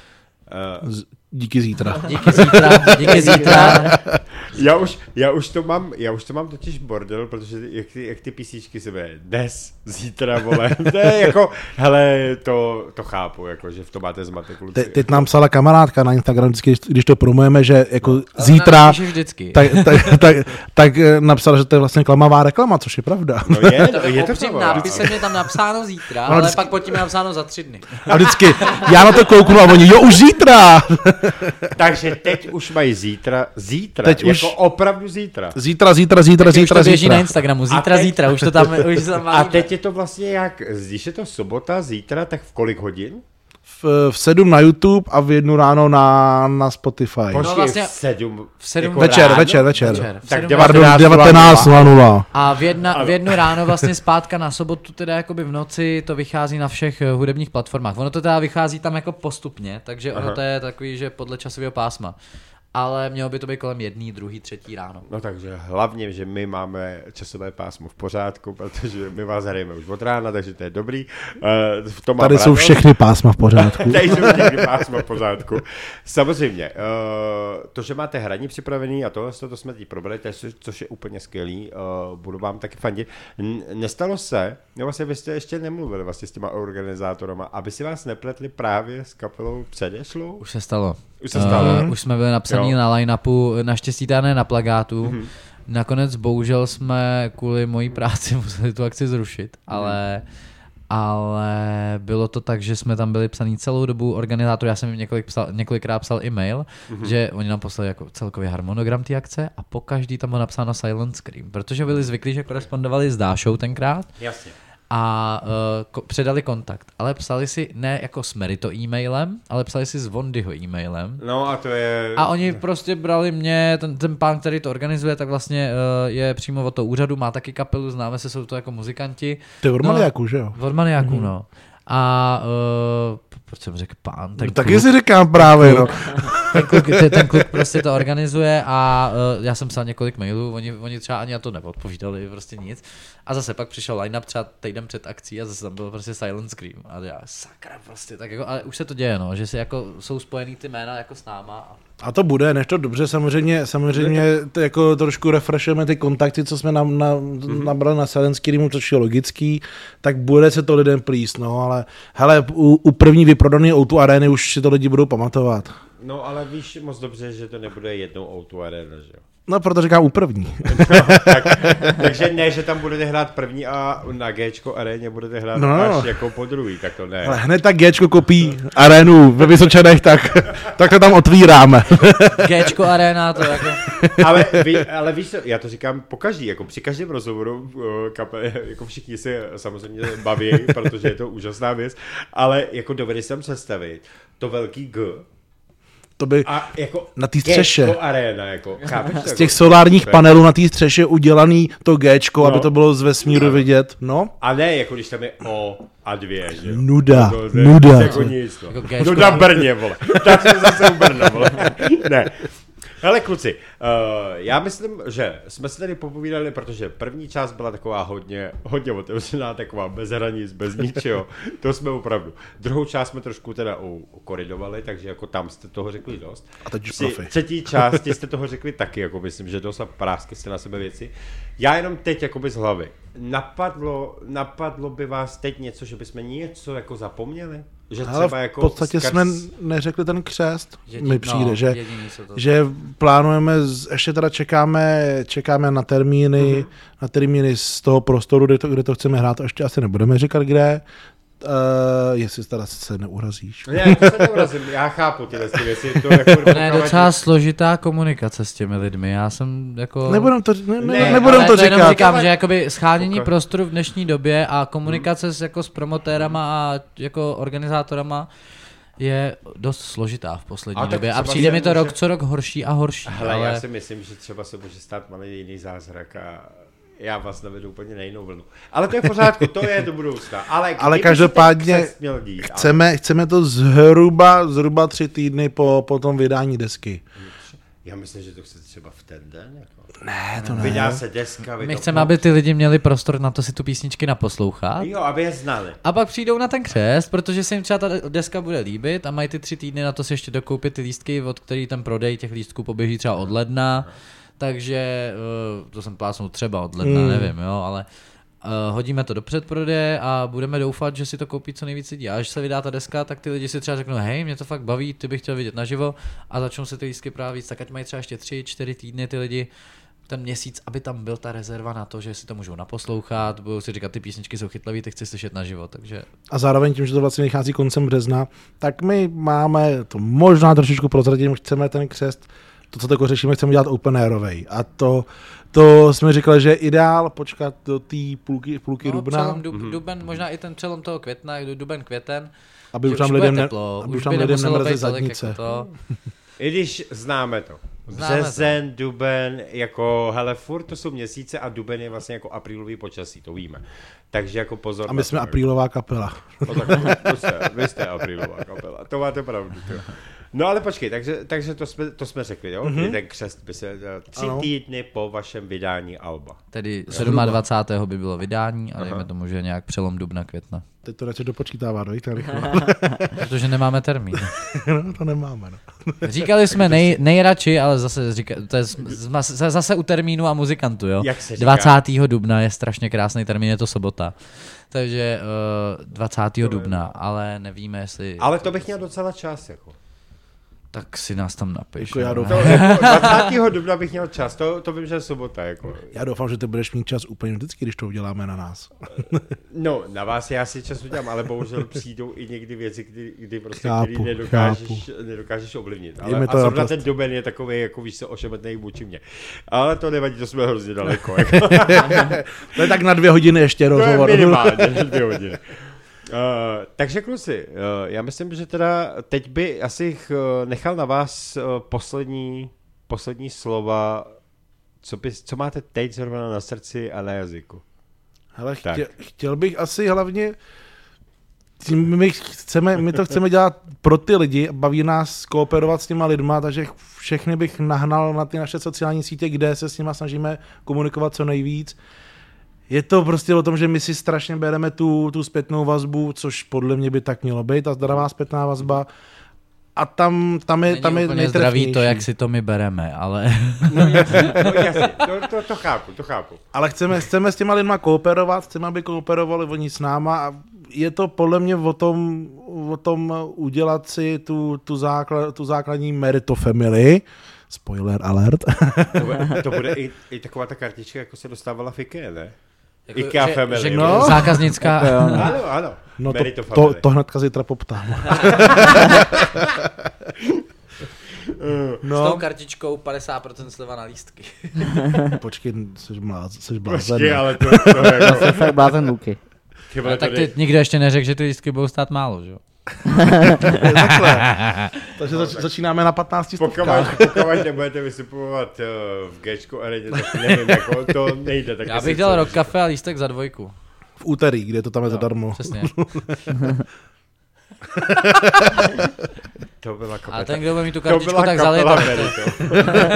Díky zítra. Díky zítra. Já už to mám totiž bordel, protože jak ty písničky se jmenuje dnes, zítra, vole, to je jako, hele, to chápu, jako, že v tom máte zmatek, kluci. Teď nám psala kamarádka na Instagram, vždycky, když to promujeme, že jako zítra, tak napsala, že to je vlastně klamavá reklama, což je pravda. No je to pravda. Nápisem je tam napsáno zítra, ale vždycky, pak pod tím je napsáno za 3 dny. A vždycky, já na to kouknu a oni, jo, už zítra! Takže teď už mají zítra, teď jako už opravdu zítra. Zítra. Už to běží na Instagramu, zítra, už to tam A teď je to vlastně jak, když je to sobota, zítra, tak v kolik hodin? V 7 na YouTube a v 1 ráno na Spotify. Počkej, vlastně v 7 jako večer. Tak 19:00. A v 1 ráno vlastně zpátka na sobotu, teda jakoby v noci, to vychází na všech hudebních platformách. Ono to teda vychází tam jako postupně, takže ono to je takový, že podle časového pásma. Ale mělo by to být kolem 1, 2, 3 ráno. No takže hlavně, že my máme časové pásmo v pořádku, protože my vás hrajeme už od rána, takže to je dobrý. Tady jsou všechny pásma v pořádku. Tady jsou všechny pásma v pořádku. Samozřejmě, to, že máte hraní připravený a to jsme teď probrali, což je úplně skvělý, budu vám taky fandit. Nestalo se, vlastně vy jste ještě nemluvili vlastně s těma organizátorama, aby si vás nepletli právě s kapelou předešlou? Už se stalo. Už jsme byli napsaní na line-upu, naštěstí ne na plagátu. Nakonec bohužel jsme kvůli mojí práci museli tu akci zrušit, ale bylo to tak, že jsme tam byli psaný celou dobu organizátor, já jsem jim několikrát psal e-mail, že oni nám poslali jako celkový harmonogram té akce a po každý tam bylo napsáno Silent Scream, protože byli zvyklí, že korespondovali s Dášou tenkrát. Jasně. a předali kontakt. Ale psali si ne jako s Merito e-mailem, ale psali si s Vondyho e-mailem. No a to je... A oni prostě brali mě, ten pán, který to organizuje, tak vlastně je přímo od toho úřadu, má taky kapelu, známe se, jsou to jako muzikanti. To je od Maniáků, že jo? Od Maniáků, no. A proč jsem řekl pán? No, taky si říkám právě, no. Ten kluk prostě to organizuje a já jsem psal několik mailů, oni třeba ani na to neodpovídali, prostě nic. A zase pak přišel line-up třeba týden před akcí a zase tam byl prostě Silent Scream. A já, sakra, prostě, tak jako, ale už se to děje, no, že si jako jsou spojený ty jména jako s náma. A to bude, než to dobře, samozřejmě to jako trošku refreshujeme ty kontakty, co jsme nabrali na Silent Screamu, což je logický, tak bude se to lidem plíst, no, ale hele, u první vyprodané O2 Areny už si to lidi budou pamatovat. No, ale víš moc dobře, že to nebude jednou O2 Arena, že jo? No, proto říkám u první. Takže ne, že tam budete hrát první a na Gčko aréně budete hrát až jako po druhý, tak to ne. Ale hned tak Gčko kopí arénu ve Vysočanech, tak to tam otvíráme. Gčko aréna, to jako... ale víš, já to říkám pokaždý, jako při každém rozhovoru, jako všichni se samozřejmě baví, protože je to úžasná věc, ale jako dovedeš si tam představit to velký G, to by a jako na té střeše. Arena, jako, chápeš, z těch solárních panelů na té střeše udělaný to Gčko, aby to bylo z vesmíru vidět, no. A ne, jako když tam je O a 2, že jo. Nuda. Jako nic, no. Jako Nuda Brně, vole. Tak jsem zase u Brna, vole. Ne. Hele kluci, já myslím, že jsme se tady popovídali, protože první část byla taková hodně otevřená, taková bez hranic, bez ničeho, to jsme opravdu. Druhou část jsme trošku teda ukoridovali, takže jako tam jste toho řekli dost. A teď už profi. Třetí části jste toho řekli taky, jako myslím, že dost a práskli jste na sebe věci. Já jenom teď jakoby z hlavy. Napadlo by vás teď něco, že bychom něco jako zapomněli? Že ale v jako podstatě jsme neřekli ten křest, mi přijde, že plánujeme, ještě teda čekáme na termíny, z toho prostoru, kde to chceme hrát, a ještě asi nebudeme říkat kde, jestli teda se neurazíš. Ne, to se neurazím, já chápu tyhle věci. To jako ne, je docela složitá komunikace s těmi lidmi, já jsem jako... Nebudem to to říkat. Jenom říkám, že jakoby schánění prostoru v dnešní době a komunikace jako s promotérama a jako organizátorama je dost složitá v poslední době a přijde mi to rok co rok horší a horší. Hele, ale... já si myslím, že třeba se může stát malý jiný zázrak a já vás navedu úplně na jinou vlnu. Ale to je v pořádku, to je do budoucna. Ale každopádně chceme to zhruba 3 týdny po tom vydání desky. Já myslím, že to chcete třeba v ten den. Jako. Ne, to ne. Vydá se deska. My chceme, aby ty lidi měli prostor na to si tu písničky naposlouchat. Jo, aby je znali. A pak přijdou na ten křest, protože se jim třeba ta deska bude líbit a mají ty 3 týdny na to si ještě dokoupit ty lístky, od který ten prodej těch lístků poběží třeba od ledna. Takže to jsem plásnul třeba od ledna, nevím, jo, ale hodíme to do předprodeje a budeme doufat, že si to koupí co nejvíc lidí. A až se vydá ta deska, tak ty lidi si třeba řeknou, hej, mě to fakt baví, ty bych chtěl vidět naživo a začnou se ty lístky právě víc, tak ať mají třeba ještě 3-4 týdny ty lidi ten měsíc, aby tam byl ta rezerva na to, že si to můžou naposlouchat, budou si říkat, ty písničky jsou chytlavý, ty chci slyšet naživo, takže... A zároveň tím, že to vlastně vychází koncem března, tak my máme, to možná trošičku prozradím, chceme ten křest, to, co tako řešíme, chceme dělat open airovej. A to jsme říkali, že je ideál počkat do té půlky dubna. Přelom duben, možná i ten přelom toho května, duben, květen. Aby už tam lidem nemrzly zadnice. Jako to. I když známe to. Březen, duben, jako, hele, furt to jsou měsíce a duben je vlastně jako aprílový počasí, to víme. Takže jako pozor. A my jsme aprílová kapela. No tak vy jste aprílová kapela, to máte pravdu. No ale počkej, takže to jsme řekli, jo? Mm-hmm. Ten křest by se 3 týdny po vašem vydání alba. Tedy 27. by bylo vydání, ale dejme tomu, že nějak přelom dubna, května. Teď to radši dopočítává, Protože nemáme termín. No, to nemáme, no. Říkali jsme nejradši, ale zase u termínu a muzikantů, jo. 20. dubna je strašně krásný termín, je to sobota. Takže 20. dubna, ale nevíme, jestli... Ale to bych měl docela čas, jako. Tak si nás tam napiš. Jako já no. doufám. 20. dubna bych měl čas, to vím, že je sobota. Jako. Já doufám, že ty budeš mít čas úplně vždycky, když to uděláme na nás. No, na vás já si čas udělám, ale bohužel přijdou i někdy věci, kdy prostě Chápu, který nedokážeš ovlivnit. Je mi Ale, to a zrovna naprosto- ten duben je takový, jako víš se, ošemetnej vůči mě. Ale to nevadí, to jsme hrozně daleko. Jako. To je tak na 2 hodiny ještě To je rozhovor. minimálně 2 hodiny. Takže kluci, já myslím, že teda teď by asi nechal na vás poslední slova, co máte teď zrovna na srdci a na jazyku. Hele, Tak. chtěl bych asi hlavně, my to chceme dělat pro ty lidi, baví nás kooperovat s těma lidma, takže všechny bych nahnal na ty naše sociální sítě, kde se s nima snažíme komunikovat co nejvíc. Je to prostě o tom, že my si strašně bereme tu zpětnou vazbu, což podle mě by tak mělo být, ta zdravá zpětná vazba. A tam je Není úplně nejtrefnější. zdraví to, jak si to my bereme, ale... No jasně, to chápu. Ale chceme s těma lidma kooperovat, chceme, aby kooperovali oni s náma a je to podle mě o tom udělat si tu základní Merito Family. Spoiler alert. To bude i taková ta kartička, jako se dostávala v IKEA, ne? Jako, IKEA Family. že No. zákaznická... Ano. No Merito to Family. hnedka zítra poptám. S tou kartičkou 50% sleva na lístky. Počkej, seš blázen. Počkej, ale to je jako... To je fakt blázen Luky. Ty vole, Ale tak to ty nikdo ještě neřekl, že ty lístky budou stát málo, že jo? Takhle. Takže začínáme na 15 stovkách. Pokud nebudete vystupovat v Gčku aréně, tak nevím, jako to nejde. Tak Já bych dal Rock Café a lístek za 2. V úterý, kde to tam je zadarmo. Přesně. To byla A kapela. ten, kdo bude mít tu To kartičku, byla tak kapela zalijte. Merito.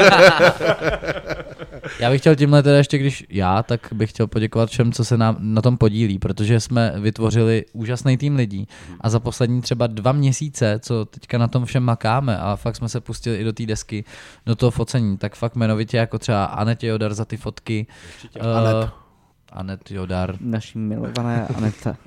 Já bych chtěl tímhle teda ještě, tak bych chtěl poděkovat všem, co se nám na tom podílí, protože jsme vytvořili úžasný tým lidí a za poslední třeba 2 měsíce, co teďka na tom všem makáme a fakt jsme se pustili i do té desky, do toho focení, tak fakt jmenovitě jako třeba Anetě Jodar za ty fotky. Anet Jodar. Naší milované Anete.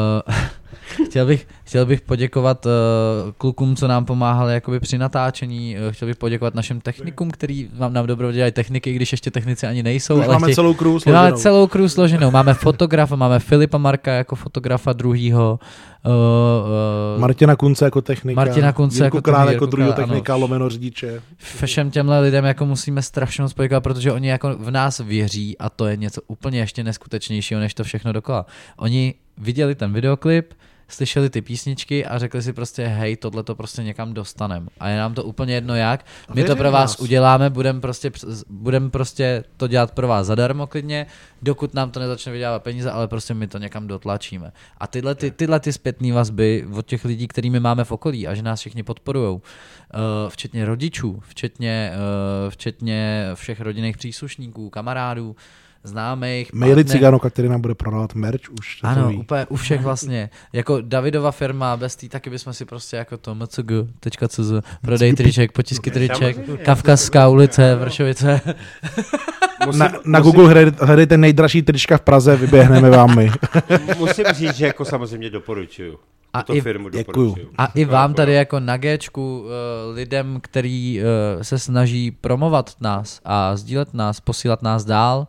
Chtěl bych poděkovat klukům, co nám pomáhali jakoby při natáčení, chtěl bych poděkovat našim technikům, který nám dobro dělají techniky, když ještě technici ani nejsou. Už máme celou crew složenou. Máme celou crew složenou, máme fotografa, máme Filipa Marka jako fotografa druhýho, Martina Kunce jako technika. Martina Kunce Jirku jako Král druhý, jako Jirku druhýho Král, technika, ano. lomeno řidiče. Všem těmhle lidem jako musíme strašně moc poděkovat, protože oni jako v nás věří a to je něco úplně ještě neskutečnějšího, než to všechno dokola. Oni viděli ten videoklip, slyšeli ty písničky a řekli si prostě hej, tohle to prostě někam dostanem. A je nám to úplně jedno jak. My to pro vás uděláme, budeme prostě to dělat pro vás zadarmo klidně, dokud nám to nezačne vydělávat peníze, ale prostě my to někam dotlačíme. A tyhle ty zpětné vazby od těch lidí, kterými máme v okolí a že nás všichni podporujou, včetně rodičů, včetně všech rodinných příslušníků, kamarádů, známých. Maily Ciganoka, který nám bude prodávat merch už. Ano, úplně u všech vlastně. Jako Davidova firma, bez té taky bychom si prostě jako to mcg.cz, prodej triček, potisky triček, Kavkazská ulice, Vršovice. Na Google hledejte nejdražší trička v Praze, vyběhneme vám my. Musím říct, že jako samozřejmě doporučuju. Firmu doporučuju. A i vám tady jako na Gčku lidem, který se snaží promovat nás a sdílet nás, posílat nás dál,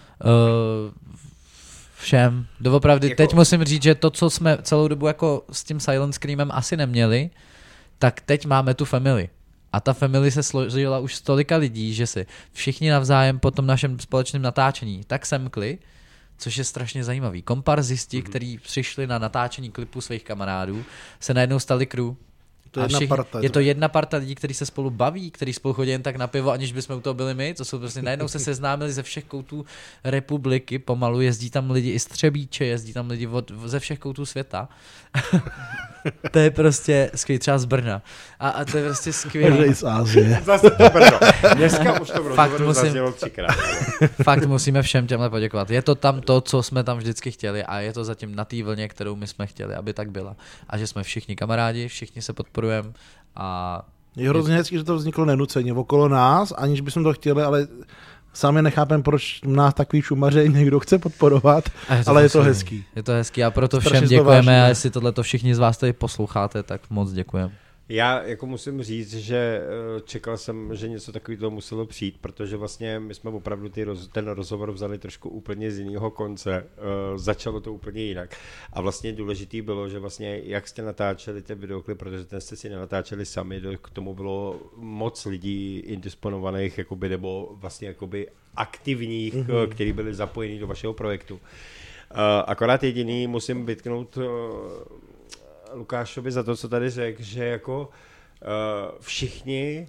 všem. Doopravdy, teď musím říct, že to, co jsme celou dobu jako s tím Silent Screamem asi neměli, tak teď máme tu family. A ta family se složila už z tolika lidí, že si všichni navzájem po tom našem společném natáčení tak semkli, což je strašně zajímavý. Komparzisti, kteří přišli na natáčení klipu svých kamarádů, se najednou stali crew. Je to jedna parta lidí, kteří se spolu baví, kteří spolu chodí jen tak na pivo, aniž bychom u toho byli my, to jsou prostě najednou se seznámili ze všech koutů republiky, pomalu jezdí tam lidi i z Třebíče, jezdí tam lidi ze všech koutů světa. To je prostě skvělý, třeba z Brna. A to je prostě skvělé. I z Ázie. Zase to Brno. Dneska už to v rozhovoru zaznělo 3krát. Fakt musíme všem těmhle poděkovat. Je to tam to, co jsme tam vždycky chtěli a je to zatím na té vlně, kterou my jsme chtěli, aby tak byla. A že jsme všichni kamarádi, všichni se podporujeme a... Je hrozně hezký, že to vzniklo nenuceně okolo nás, aniž bychom to chtěli, ale sami nechápem, proč nás takový šumaři někdo chce podporovat, ale je to hezký. Je to hezký a proto strašně všem děkujeme a jestli tohleto všichni z vás tady posloucháte, tak moc děkujeme. Já jako musím říct, že čekal jsem, že něco takového muselo přijít, protože vlastně my jsme opravdu ten rozhovor vzali trošku úplně z jiného konce, začalo to úplně jinak. A vlastně důležitý bylo, že vlastně jak jste natáčeli ten videoklip, protože ten jste si nenatáčeli sami, k tomu bylo moc lidí indisponovaných, jakoby, nebo vlastně jakoby aktivních, kteří byli zapojení do vašeho projektu. Akorát jediný musím vytknout Lukášovi za to, co tady řekl, že jako všichni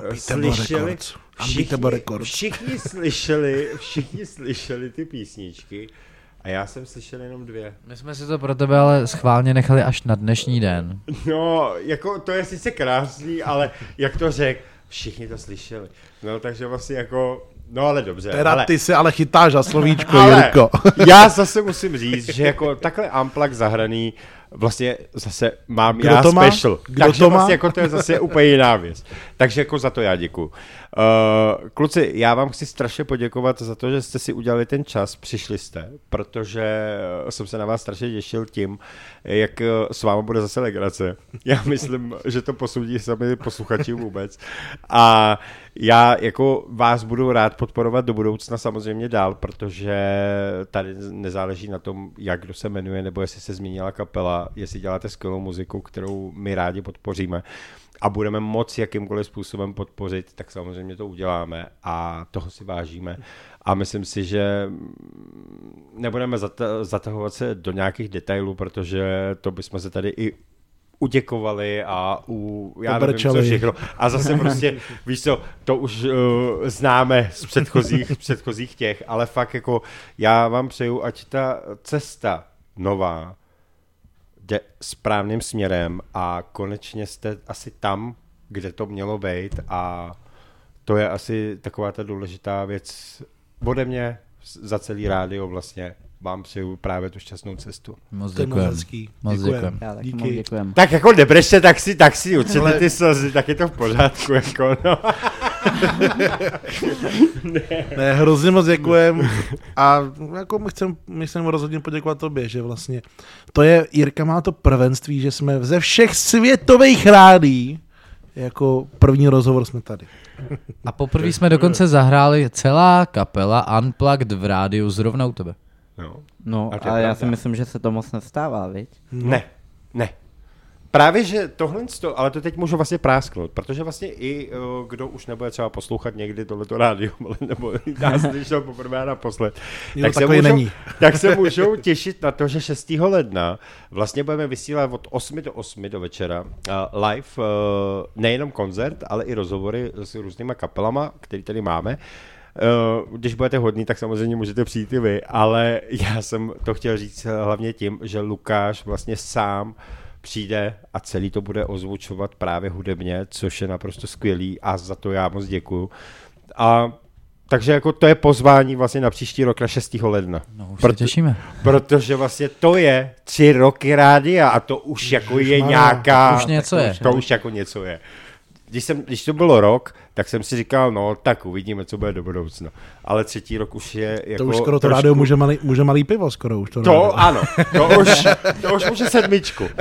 slyšeli ty písničky a já jsem slyšel jenom 2. My jsme si to pro tebe ale schválně nechali až na dnešní den. No, jako to je sice krásný, ale jak to řekl, všichni to slyšeli. No, takže vlastně jako, no ale dobře. Teda ale, ty si ale chytáš za slovíčko, Jirko. Já zase musím říct, že jako takhle Unplugged zahraný, vlastně zase mám Kdo já to má? special. Kdo Takže to má? vlastně jako to je zase úplně jiná věc. Takže jako za to já děkuju. Kluci, já vám chci strašně poděkovat za to, že jste si udělali ten čas, přišli jste, protože jsem se na vás strašně těšil tím, jak s váma bude zase legrace. Já myslím, že to posoudí sami posluchači vůbec. A já jako vás budu rád podporovat do budoucna samozřejmě dál, protože tady nezáleží na tom, jak kdo se jmenuje, nebo jestli se změnila kapela, jestli děláte skvělou muziku, kterou my rádi podpoříme a budeme moc jakýmkoliv způsobem podpořit, tak samozřejmě to uděláme a toho si vážíme. A myslím si, že nebudeme zatahovat se do nějakých detailů, protože to bychom se tady i uděkovali a já nevím, co všechno. A zase prostě, víš co, to už známe z předchozích těch, ale fakt jako já vám přeju, ať ta cesta nová jde správným směrem a konečně jste asi tam, kde to mělo být a to je asi taková ta důležitá věc ode mě za celý rádio vlastně. Vám přeju právě tu šťastnou cestu. Moc děkujem. Já taky moc děkujem. Tak jako nebrešte, tak si ucíli ty slzy, tak je to v pořádku. Jako, no. Ne, hrozně moc děkujem a jako my chcem rozhodně poděkovat tobě, že vlastně to je, Jirka má to prvenství, že jsme ze všech světových rádií jako první rozhovor jsme tady. A poprvé jsme dokonce zahráli celá kapela Unplugged v rádiu zrovna u tebe. No, ale já si myslím, že se to moc nestává, viď? Ne. Právě, že tohle, ale to teď můžu vlastně prásknout, protože vlastně i kdo už nebude třeba poslouchat někdy tohleto rádio, nebo nás slyšel poprvé a naposled, tak se můžou těšit na to, že 6. ledna vlastně budeme vysílat od 8 do 8 do večera live, nejenom koncert, ale i rozhovory s různýma kapelama, který tady máme. Když budete hodní, tak samozřejmě můžete přijít i vy, ale já jsem to chtěl říct hlavně tím, že Lukáš vlastně sám přijde a celý to bude ozvučovat právě hudebně, což je naprosto skvělý a za to já moc děkuju. A takže jako to je pozvání vlastně na příští rok na 6. ledna. No už se těšíme. Protože vlastně to je 3 roky rádia a to už jako je nějaká... Už něco je. To už jako něco je. Když to bylo rok, tak jsem si říkal, no tak uvidíme, co bude do budoucna. Ale 3. rok už je jako... To už skoro to rádio může malý pivo skoro už to. To ano, to už může 7.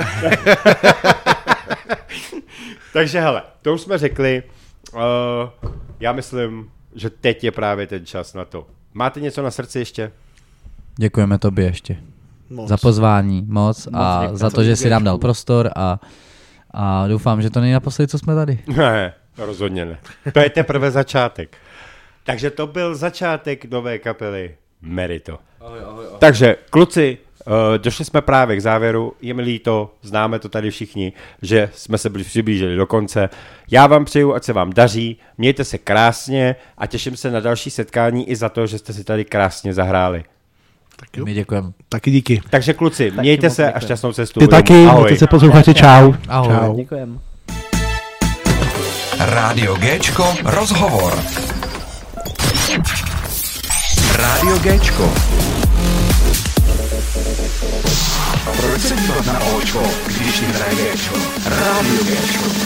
Takže hele, to už jsme řekli. Já myslím, že teď je právě ten čas na to. Máte něco na srdci ještě? Děkujeme tobě ještě. Moc. Za pozvání, moc a děkuji. za to, že jsi nám dal prostor a doufám, že to není naposledy, co jsme tady. Ne, rozhodně ne. To je teprve začátek. Takže to byl začátek nové kapely Merito. Ahoj. Takže kluci, došli jsme právě k závěru, je mi líto, známe to tady všichni, že jsme se přiblížili do konce. Já vám přeju, ať se vám daří, mějte se krásně a těším se na další setkání i za to, že jste si tady krásně zahráli. Tak jo. My děkujeme. Taky díky. Takže kluci, mějte se a šťastnou cestu. Ty taky, mějte se poslouchači, čau. Ahoj. Čau. Děkujem. Rádio Géčko, rozhovor. Rádio Géčko. Proč se dívat na Očko, když jim hraje Géčko? Rádio Géčko.